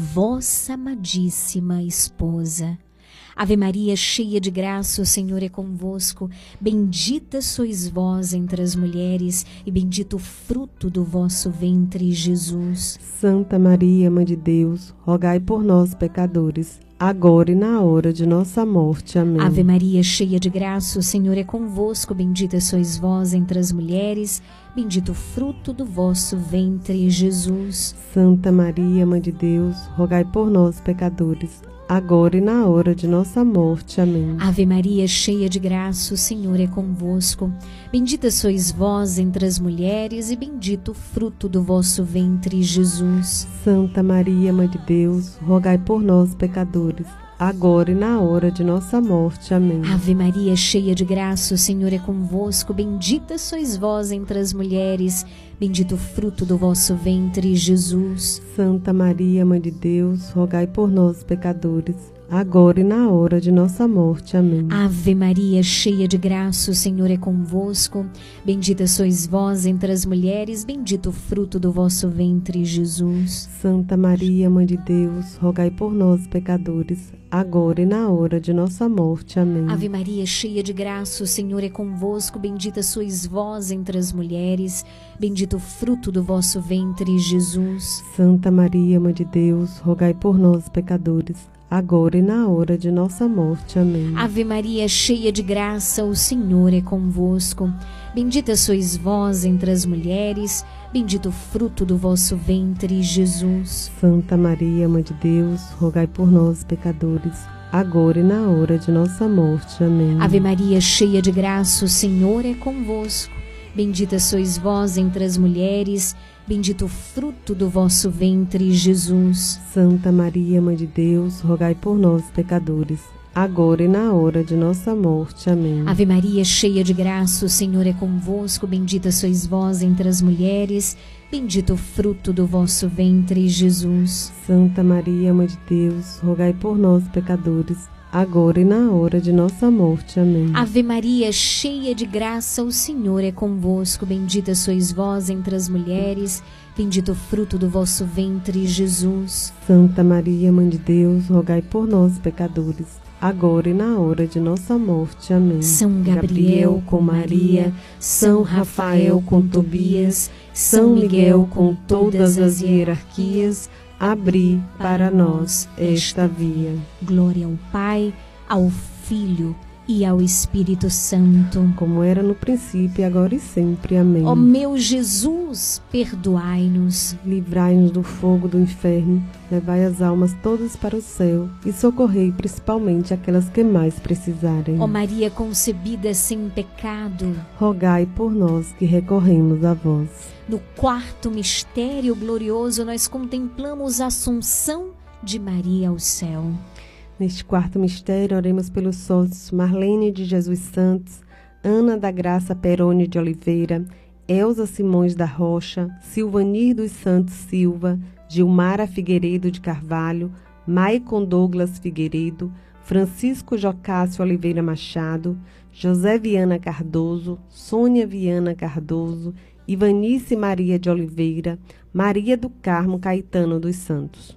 vossa amadíssima esposa. Ave Maria, cheia de graça, o Senhor é convosco. Bendita sois vós entre as mulheres, e bendito o fruto do vosso ventre, Jesus. Santa Maria, Mãe de Deus, rogai por nós, pecadores, agora e na hora de nossa morte. Amém. Ave Maria, cheia de graça, o Senhor é convosco. Bendita sois vós entre as mulheres, bendito o fruto do vosso ventre, Jesus. Santa Maria, Mãe de Deus, rogai por nós, pecadores, agora e na hora de nossa morte. Amém. Ave Maria, cheia de graça, o Senhor é convosco. Bendita sois vós entre as mulheres, e bendito o fruto do vosso ventre, Jesus. Santa Maria, Mãe de Deus, rogai por nós, pecadores, agora e na hora de nossa morte. Amém. Ave Maria, cheia de graça, o Senhor é convosco. Bendita sois vós entre as mulheres, bendito o fruto do vosso ventre, Jesus. Santa Maria, Mãe de Deus, rogai por nós, pecadores, agora e na hora de nossa morte. Amém. Ave Maria, cheia de graça, o Senhor é convosco. Bendita sois vós entre as mulheres, bendito o fruto do vosso ventre, Jesus. Santa Maria, Mãe de Deus, rogai por nós, pecadores, agora e na hora de nossa morte. Amém. Ave Maria, cheia de graça, o Senhor é convosco. Bendita sois vós entre as mulheres, bendito o fruto do vosso ventre, Jesus. Santa Maria, Mãe de Deus, rogai por nós, pecadores, agora e na hora de nossa morte. Amém. Ave Maria, cheia de graça, o Senhor é convosco. Bendita sois vós entre as mulheres, bendito o fruto do vosso ventre, Jesus. Santa Maria, Mãe de Deus, rogai por nós, pecadores, agora e na hora de nossa morte. Amém. Ave Maria, cheia de graça, o Senhor é convosco. Bendita sois vós entre as mulheres, bendito o fruto do vosso ventre, Jesus. Santa Maria, Mãe de Deus, rogai por nós, pecadores, agora e na hora de nossa morte. Amém. Ave Maria, cheia de graça, o Senhor é convosco. Bendita sois vós entre as mulheres, bendito o fruto do vosso ventre, Jesus. Santa Maria, Mãe de Deus, rogai por nós, pecadores, agora e na hora de nossa morte. Amém. Ave Maria, cheia de graça, o Senhor é convosco. Bendita sois vós entre as mulheres, bendito o fruto do vosso ventre, Jesus. Santa Maria, Mãe de Deus, rogai por nós, pecadores, agora e na hora de nossa morte. Amém. São Gabriel com Maria, São Rafael com Tobias, São Miguel com todas as hierarquias, abri para nós esta via. Glória ao Pai, ao Filho e ao Espírito Santo, como era no princípio, agora e sempre. Amém. Ó meu Jesus, perdoai-nos, livrai-nos do fogo do inferno, levai as almas todas para o céu e socorrei principalmente aquelas que mais precisarem. Ó Maria concebida sem pecado, rogai por nós que recorremos a vós. No quarto mistério glorioso, nós contemplamos a Assunção de Maria ao céu. Neste quarto mistério, oremos pelos sócios Marlene de Jesus Santos, Ana da Graça Peroni de Oliveira, Elza Simões da Rocha, Silvanir dos Santos Silva, Gilmara Figueiredo de Carvalho, Maicon Douglas Figueiredo, Francisco Jocássio Oliveira Machado, José Viana Cardoso, Sônia Viana Cardoso, Ivanice Maria de Oliveira, Maria do Carmo Caetano dos Santos.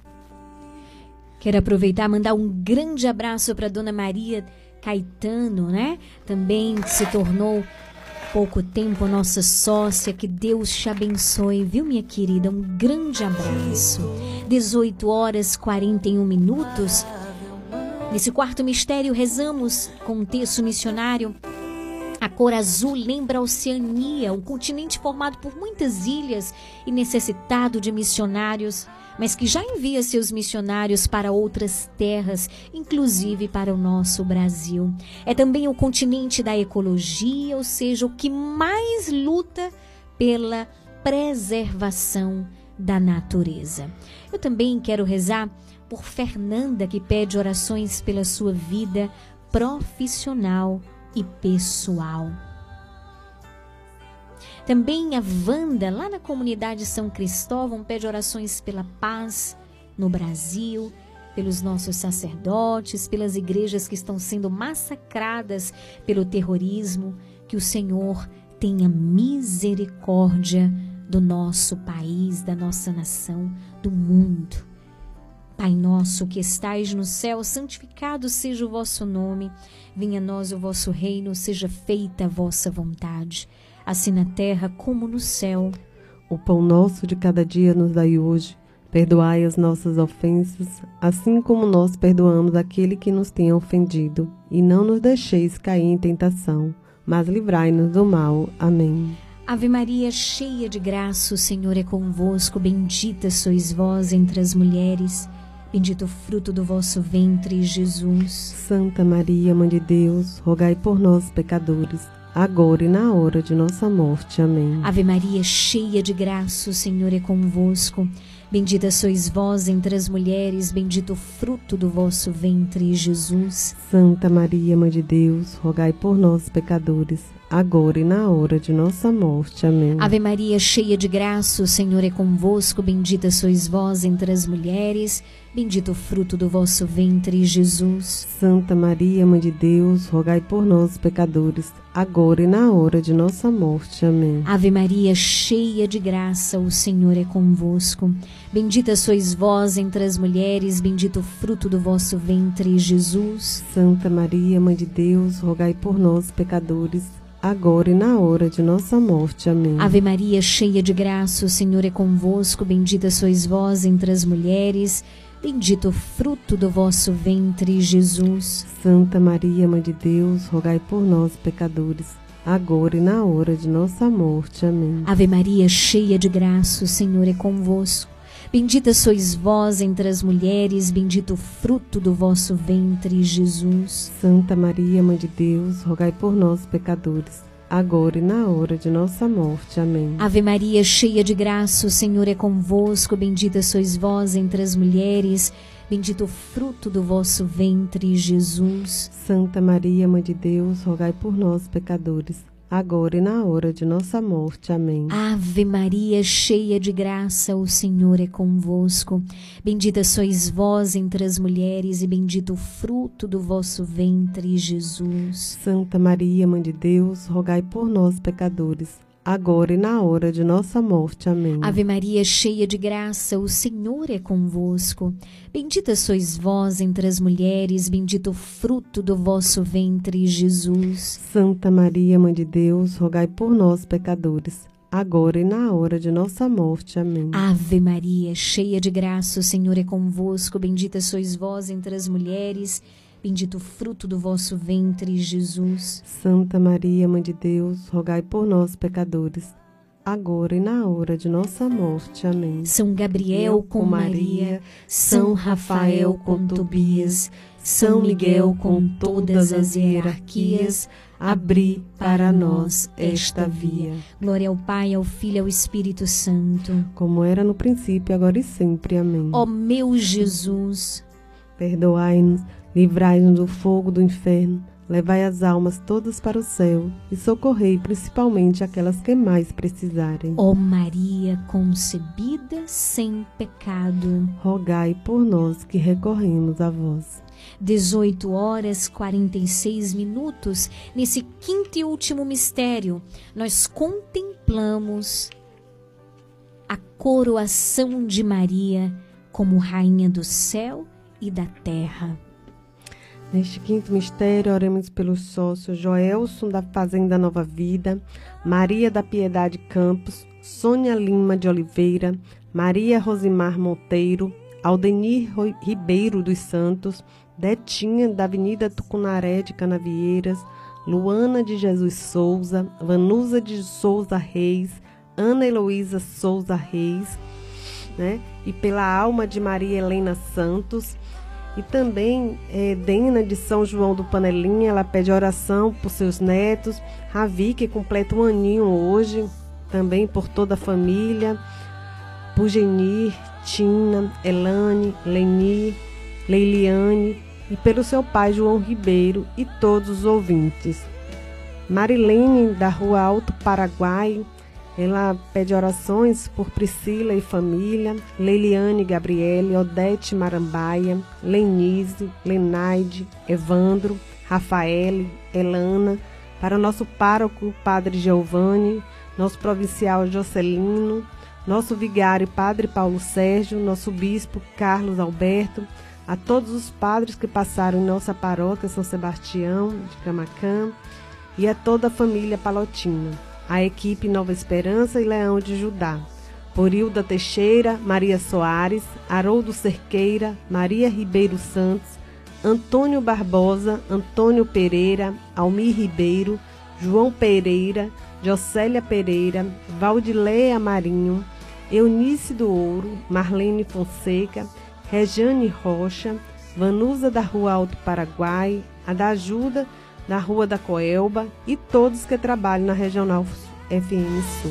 Quero aproveitar e mandar um grande abraço para Dona Maria Caetano, né? Também que se tornou há pouco tempo nossa sócia. Que Deus te abençoe, viu, minha querida? Um grande abraço. dezoito horas e quarenta e um minutos. Nesse quarto mistério rezamos com o texto missionário A cor azul lembra a Oceania, um continente formado por muitas ilhas e necessitado de missionários, mas que já envia seus missionários para outras terras, inclusive para o nosso Brasil. É também o continente da ecologia, ou seja, o que mais luta pela preservação da natureza. Eu também quero rezar por Fernanda, que pede orações pela sua vida profissional e pessoal. Também a Wanda, lá na comunidade São Cristóvão, pede orações pela paz no Brasil, pelos nossos sacerdotes, pelas igrejas que estão sendo massacradas pelo terrorismo. Que o Senhor tenha misericórdia do nosso país, da nossa nação, do mundo. Pai nosso que estais no céu, santificado seja o vosso nome. Venha a nós o vosso reino, seja feita a vossa vontade, assim na terra como no céu. O pão nosso de cada dia nos dai hoje. Perdoai as nossas ofensas, assim como nós perdoamos aquele que nos tem ofendido. E não nos deixeis cair em tentação, mas livrai-nos do mal. Amém. Ave Maria, cheia de graça, o Senhor é convosco. Bendita sois vós entre as mulheres. Bendito o fruto do vosso ventre, Jesus. Santa Maria, Mãe de Deus, rogai por nós, pecadores, agora e na hora de nossa morte. Amém. Ave Maria, cheia de graça, o Senhor é convosco. Bendita sois vós entre as mulheres, bendito o fruto do vosso ventre, Jesus. Santa Maria, Mãe de Deus, rogai por nós, pecadores, agora e na hora de nossa morte. Amém. Ave Maria, cheia de graça, o Senhor é convosco. Bendita sois vós entre as mulheres, bendito o fruto do vosso ventre, Jesus. Santa Maria, Mãe de Deus, rogai por nós, pecadores, agora e na hora de nossa morte. Amém. Ave Maria, cheia de graça, o Senhor é convosco. Bendita sois vós entre as mulheres, bendito o fruto do vosso ventre, Jesus. Santa Maria, Mãe de Deus, rogai por nós, pecadores, agora e na hora de nossa morte. Amém. Ave Maria, cheia de graça, o Senhor é convosco. Bendita sois vós entre as mulheres, bendito o fruto do vosso ventre, Jesus. Santa Maria, Mãe de Deus, rogai por nós, pecadores, agora e na hora de nossa morte. Amém. Ave Maria, cheia de graça, o Senhor é convosco. Bendita sois vós entre as mulheres, bendito o fruto do vosso ventre, Jesus. Santa Maria, Mãe de Deus, rogai por nós, pecadores, agora e na hora de nossa morte. Amém. Ave Maria, cheia de graça, o Senhor é convosco. Bendita sois vós entre as mulheres, bendito o fruto do vosso ventre, Jesus. Santa Maria, Mãe de Deus, rogai por nós, pecadores, agora e na hora de nossa morte. Amém. Ave Maria, cheia de graça, o Senhor é convosco. Bendita sois vós entre as mulheres e bendito o fruto do vosso ventre, Jesus. Santa Maria, Mãe de Deus, rogai por nós, pecadores, agora e na hora de nossa morte. Amém. Ave Maria, cheia de graça, o Senhor é convosco. Bendita sois vós entre as mulheres, bendito o fruto do vosso ventre, Jesus. Santa Maria, Mãe de Deus, rogai por nós, pecadores, agora e na hora de nossa morte. Amém. Ave Maria, cheia de graça, o Senhor é convosco. Bendita sois vós entre as mulheres, bendito o fruto do vosso ventre, Jesus. Santa Maria, Mãe de Deus, rogai por nós, pecadores, agora e na hora de nossa morte. Amém. São Gabriel com Maria, São Rafael com Tobias, São Miguel com todas as hierarquias, abri para nós esta via. Glória ao Pai, ao Filho e ao Espírito Santo, como era no princípio, agora e sempre. Amém. Ó meu Jesus, perdoai-nos, livrai-nos do fogo do inferno, levai as almas todas para o céu e socorrei principalmente aquelas que mais precisarem. Ó Maria concebida sem pecado, rogai por nós que recorremos a vós. dezoito horas e quarenta e seis minutos, nesse quinto e último mistério, nós contemplamos a coroação de Maria como Rainha do céu e da terra. Neste quinto mistério, oremos pelos sócios Joelson da Fazenda Nova Vida, Maria da Piedade Campos, Sônia Lima de Oliveira, Maria Rosimar Monteiro, Aldenir Ribeiro dos Santos, Detinha da Avenida Tucunaré de Canavieiras, Luana de Jesus Souza, Vanusa de Souza Reis, Ana Heloísa Souza Reis, né? E pela alma de Maria Helena Santos. E também é, Dena de São João do Panelinha, ela pede oração por seus netos. Ravi, que completa um aninho hoje, também por toda a família. Por Genir, Tina, Elane, Leni, Leiliane e pelo seu pai João Ribeiro e todos os ouvintes. Marilene, da Rua Alto Paraguai, ela pede orações por Priscila e família, Leiliane Gabriele, Odete Marambaia, Lenise, Lenaide, Evandro, Rafaele, Elana, para o nosso pároco, Padre Giovanni, nosso provincial Jocelino, nosso vigário, Padre Paulo Sérgio, nosso bispo, Carlos Alberto, a todos os padres que passaram em nossa paróquia São Sebastião de Camacã e a toda a família palotina, a equipe Nova Esperança e Leão de Judá, por Hilda Teixeira, Maria Soares, Haroldo Cerqueira, Maria Ribeiro Santos, Antônio Barbosa, Antônio Pereira, Almir Ribeiro, João Pereira, Jocélia Pereira, Valdileia Marinho, Eunice do Ouro, Marlene Fonseca, Rejane Rocha, Vanusa da Rua Alto Paraguai, a da Ajuda da Rua da Coelba e todos que trabalham na Regional F M Sul.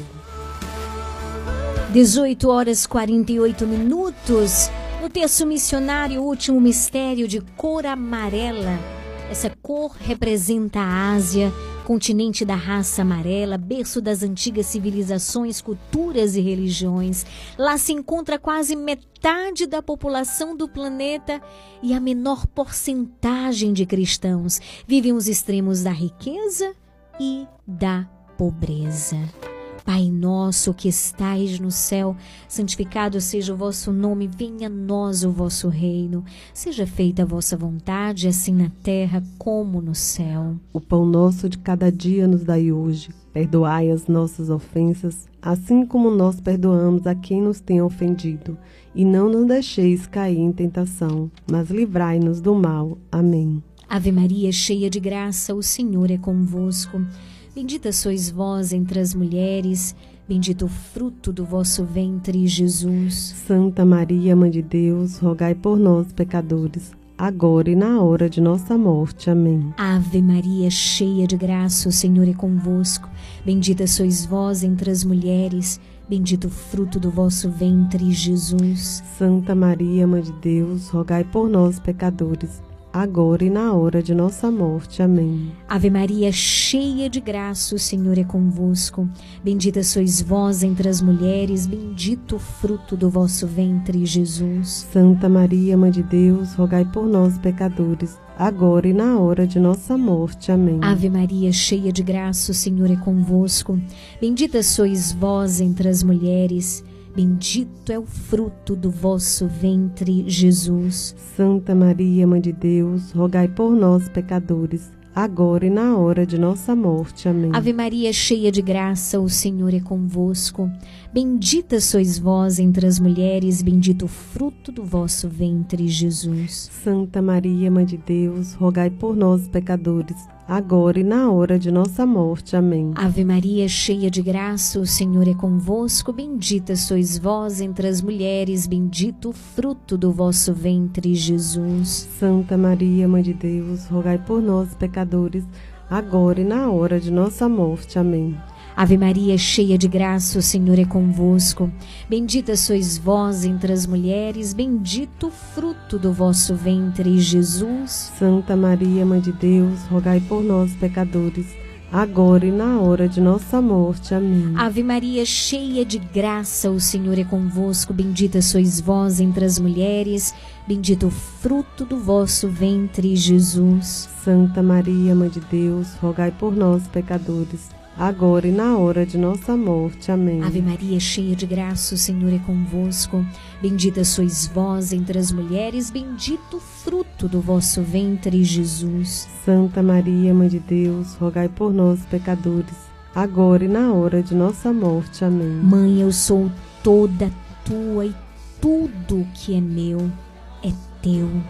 dezoito horas e quarenta e oito minutos. No texto missionário, o último mistério de cor amarela. Essa cor representa a Ásia, continente da raça amarela, berço das antigas civilizações, culturas e religiões. Lá se encontra quase metade da população do planeta e a menor porcentagem de cristãos. Vivem os extremos da riqueza e da pobreza. Pai nosso que estais no céu, santificado seja o vosso nome, venha a nós o vosso reino. Seja feita a vossa vontade, assim na terra como no céu. O pão nosso de cada dia nos dai hoje. Perdoai as nossas ofensas, assim como nós perdoamos a quem nos tem ofendido. E não nos deixeis cair em tentação, mas livrai-nos do mal. Amém. Ave Maria, cheia de graça, o Senhor é convosco. Bendita sois vós entre as mulheres, bendito o fruto do vosso ventre, Jesus. Santa Maria, Mãe de Deus, rogai por nós, pecadores, agora e na hora de nossa morte. Amém. Ave Maria, cheia de graça, o Senhor é convosco. Bendita sois vós entre as mulheres, bendito o fruto do vosso ventre, Jesus. Santa Maria, Mãe de Deus, rogai por nós, pecadores, agora e na hora de nossa morte. Amém. Ave Maria, cheia de graça, o Senhor é convosco. Bendita sois vós entre as mulheres, bendito o fruto do vosso ventre, Jesus. Santa Maria, Mãe de Deus, rogai por nós, pecadores, agora e na hora de nossa morte. Amém. Ave Maria, cheia de graça, o Senhor é convosco. Bendita sois vós entre as mulheres, bendito é o fruto do vosso ventre, Jesus. Santa Maria, Mãe de Deus, rogai por nós, pecadores, agora e na hora de nossa morte. Amém. Ave Maria, cheia de graça, o Senhor é convosco. Bendita sois vós entre as mulheres, bendito o fruto do vosso ventre, Jesus. Santa Maria, Mãe de Deus, rogai por nós, pecadores, agora e na hora de nossa morte. Amém. Ave Maria, cheia de graça, o Senhor é convosco. Bendita sois vós entre as mulheres, bendito o fruto do vosso ventre, Jesus. Santa Maria, Mãe de Deus, rogai por nós, pecadores, agora e na hora de nossa morte. Amém. Ave Maria, cheia de graça, o Senhor é convosco. Bendita sois vós entre as mulheres, bendito o fruto do vosso ventre, Jesus. Santa Maria, Mãe de Deus, rogai por nós, pecadores, agora e na hora de nossa morte. Amém. Ave Maria, cheia de graça, o Senhor é convosco. Bendita sois vós entre as mulheres, bendito o fruto do vosso ventre, Jesus. Santa Maria, Mãe de Deus, rogai por nós, pecadores, agora e na hora de nossa morte. Amém. Ave Maria, cheia de graça, o Senhor é convosco. Bendita sois vós entre as mulheres, bendito o fruto do vosso ventre, Jesus. Santa Maria, Mãe de Deus, rogai por nós, pecadores, agora e na hora de nossa morte. Amém. Mãe, eu sou toda tua e tudo que é meu é teu.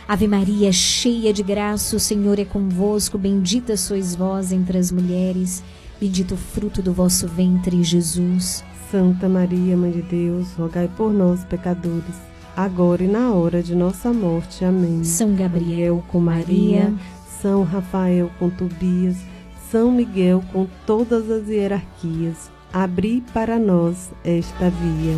Ave Maria, cheia de graça, o Senhor é convosco. Bendita sois vós entre as mulheres. Bendito o fruto do vosso ventre, Jesus. Santa Maria, Mãe de Deus, rogai por nós, pecadores, agora e na hora de nossa morte. Amém. São Gabriel com Maria, São Rafael com Tobias, São Miguel com todas as hierarquias, abri para nós esta via.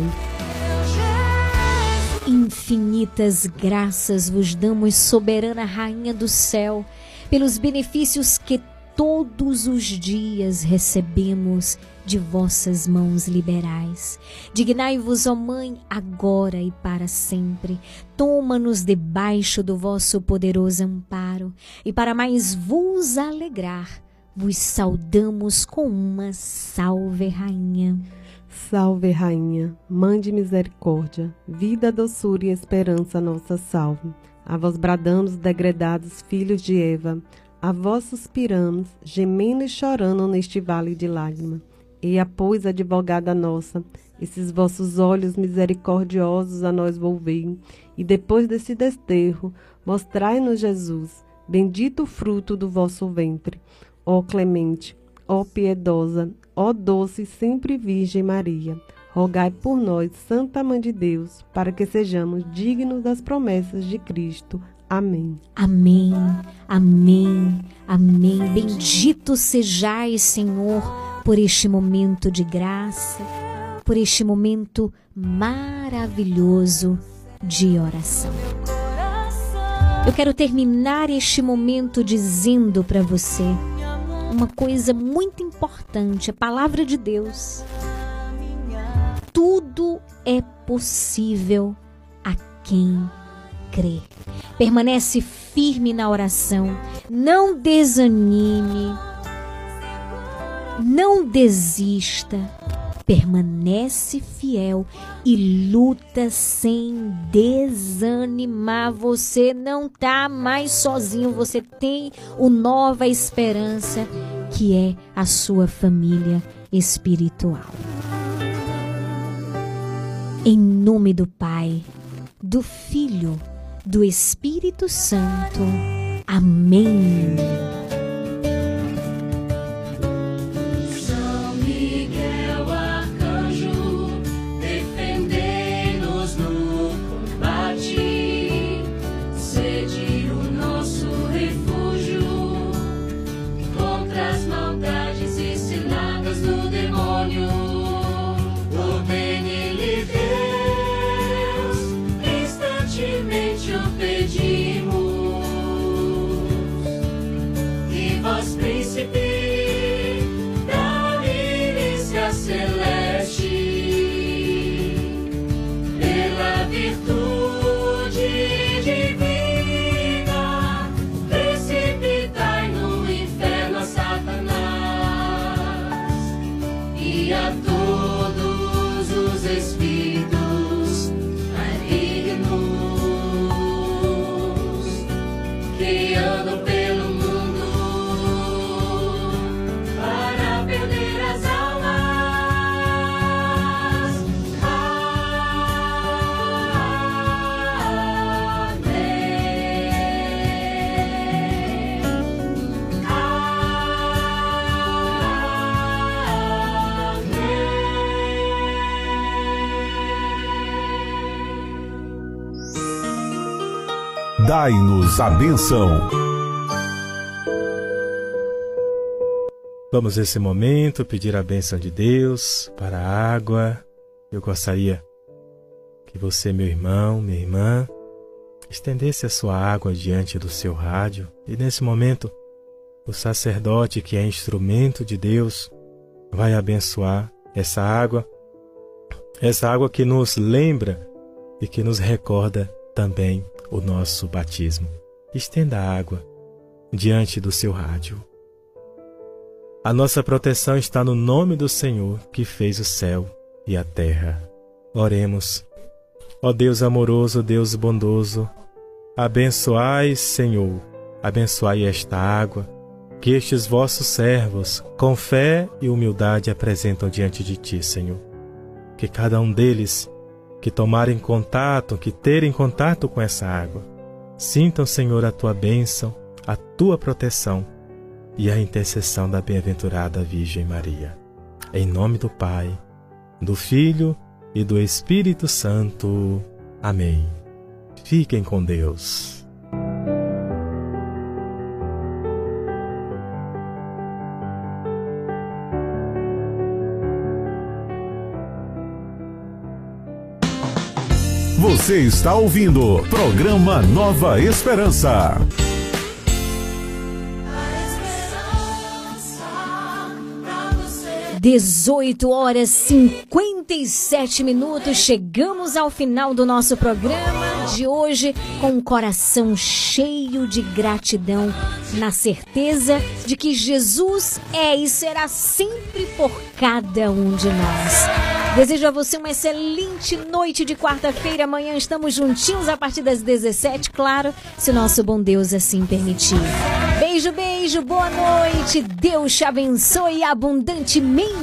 Infinitas graças vos damos, soberana Rainha do céu, pelos benefícios que todos os dias recebemos de vossas mãos liberais. Dignai-vos, ó Mãe, agora e para sempre. Toma-nos debaixo do vosso poderoso amparo, e para mais vos alegrar, vos saudamos com uma salve, Rainha. Salve, Rainha, Mãe de misericórdia, vida, doçura e esperança, nossa salve. A vós bradamos, degredados filhos de Eva, a vós suspiramos, gemendo e chorando neste vale de lágrimas. Eia, pois, advogada nossa, esses vossos olhos misericordiosos a nós volvei, e depois desse desterro, mostrai-nos Jesus, bendito o fruto do vosso ventre. Ó clemente, ó piedosa, ó doce e sempre Virgem Maria, rogai por nós, Santa Mãe de Deus, para que sejamos dignos das promessas de Cristo. Amém. Amém, amém, amém. Bendito sejais, Senhor, por este momento de graça, por este momento maravilhoso de oração. Eu quero terminar este momento dizendo para você uma coisa muito importante, a palavra de Deus. Tudo é possível a quem crê. Permanece firme na oração, não desanime, não desista, permanece fiel e luta sem desanimar. Você não está mais sozinho, você tem o Nova Esperança, que é a sua família espiritual. Em nome do Pai, do Filho, do Espírito Santo. Amém. São Miguel, arcanjo, defendei-nos no combate, sede o nosso refúgio contra as maldades e ciladas do demônio. Ordene-lhe Deus, instantemente o pedimos, e vós, príncipe da milícia celeste, pela virtude divina, precipitai no inferno a Satanás e a todos os espíritos malignos que andam pelo mundo para perder as almas. Dai-nos a bênção. Vamos nesse momento pedir a bênção de Deus para a água. Eu gostaria que você, meu irmão, minha irmã, estendesse a sua água diante do seu rádio. E nesse momento, o sacerdote, que é instrumento de Deus, vai abençoar essa água, essa água que nos lembra e que nos recorda também o nosso batismo. Estenda a água diante do seu rádio. A nossa proteção está no nome do Senhor, que fez o céu e a terra. Oremos. Ó Deus amoroso, Deus bondoso, abençoai, Senhor, abençoai esta água, que estes vossos servos, com fé e humildade, apresentam diante de Ti, Senhor. Que cada um deles que tomarem contato, que terem contato com essa água, Sintam, Senhor, a tua bênção, a tua proteção e a intercessão da bem-aventurada Virgem Maria. Em nome do Pai, do Filho e do Espírito Santo. Amém. Fiquem com Deus. Você está ouvindo programa Nova Esperança. dezoito horas e cinquenta e sete minutos. Chegamos ao final do nosso programa de hoje com o coração cheio de gratidão, na certeza de que Jesus é e será sempre por cada um de nós. Desejo a você uma excelente noite de quarta-feira. Amanhã estamos juntinhos a partir das dezessete, claro, se o nosso bom Deus assim permitir. Beijo, beijo, boa noite. Deus te abençoe abundantemente.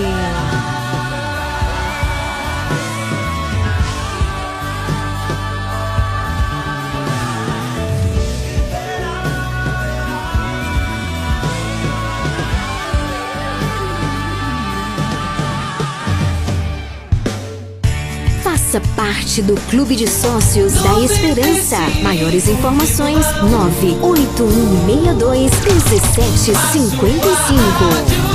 Faça parte do Clube de Sócios da Esperança. Maiores informações nove oito um seis dois um sete cinco cinco.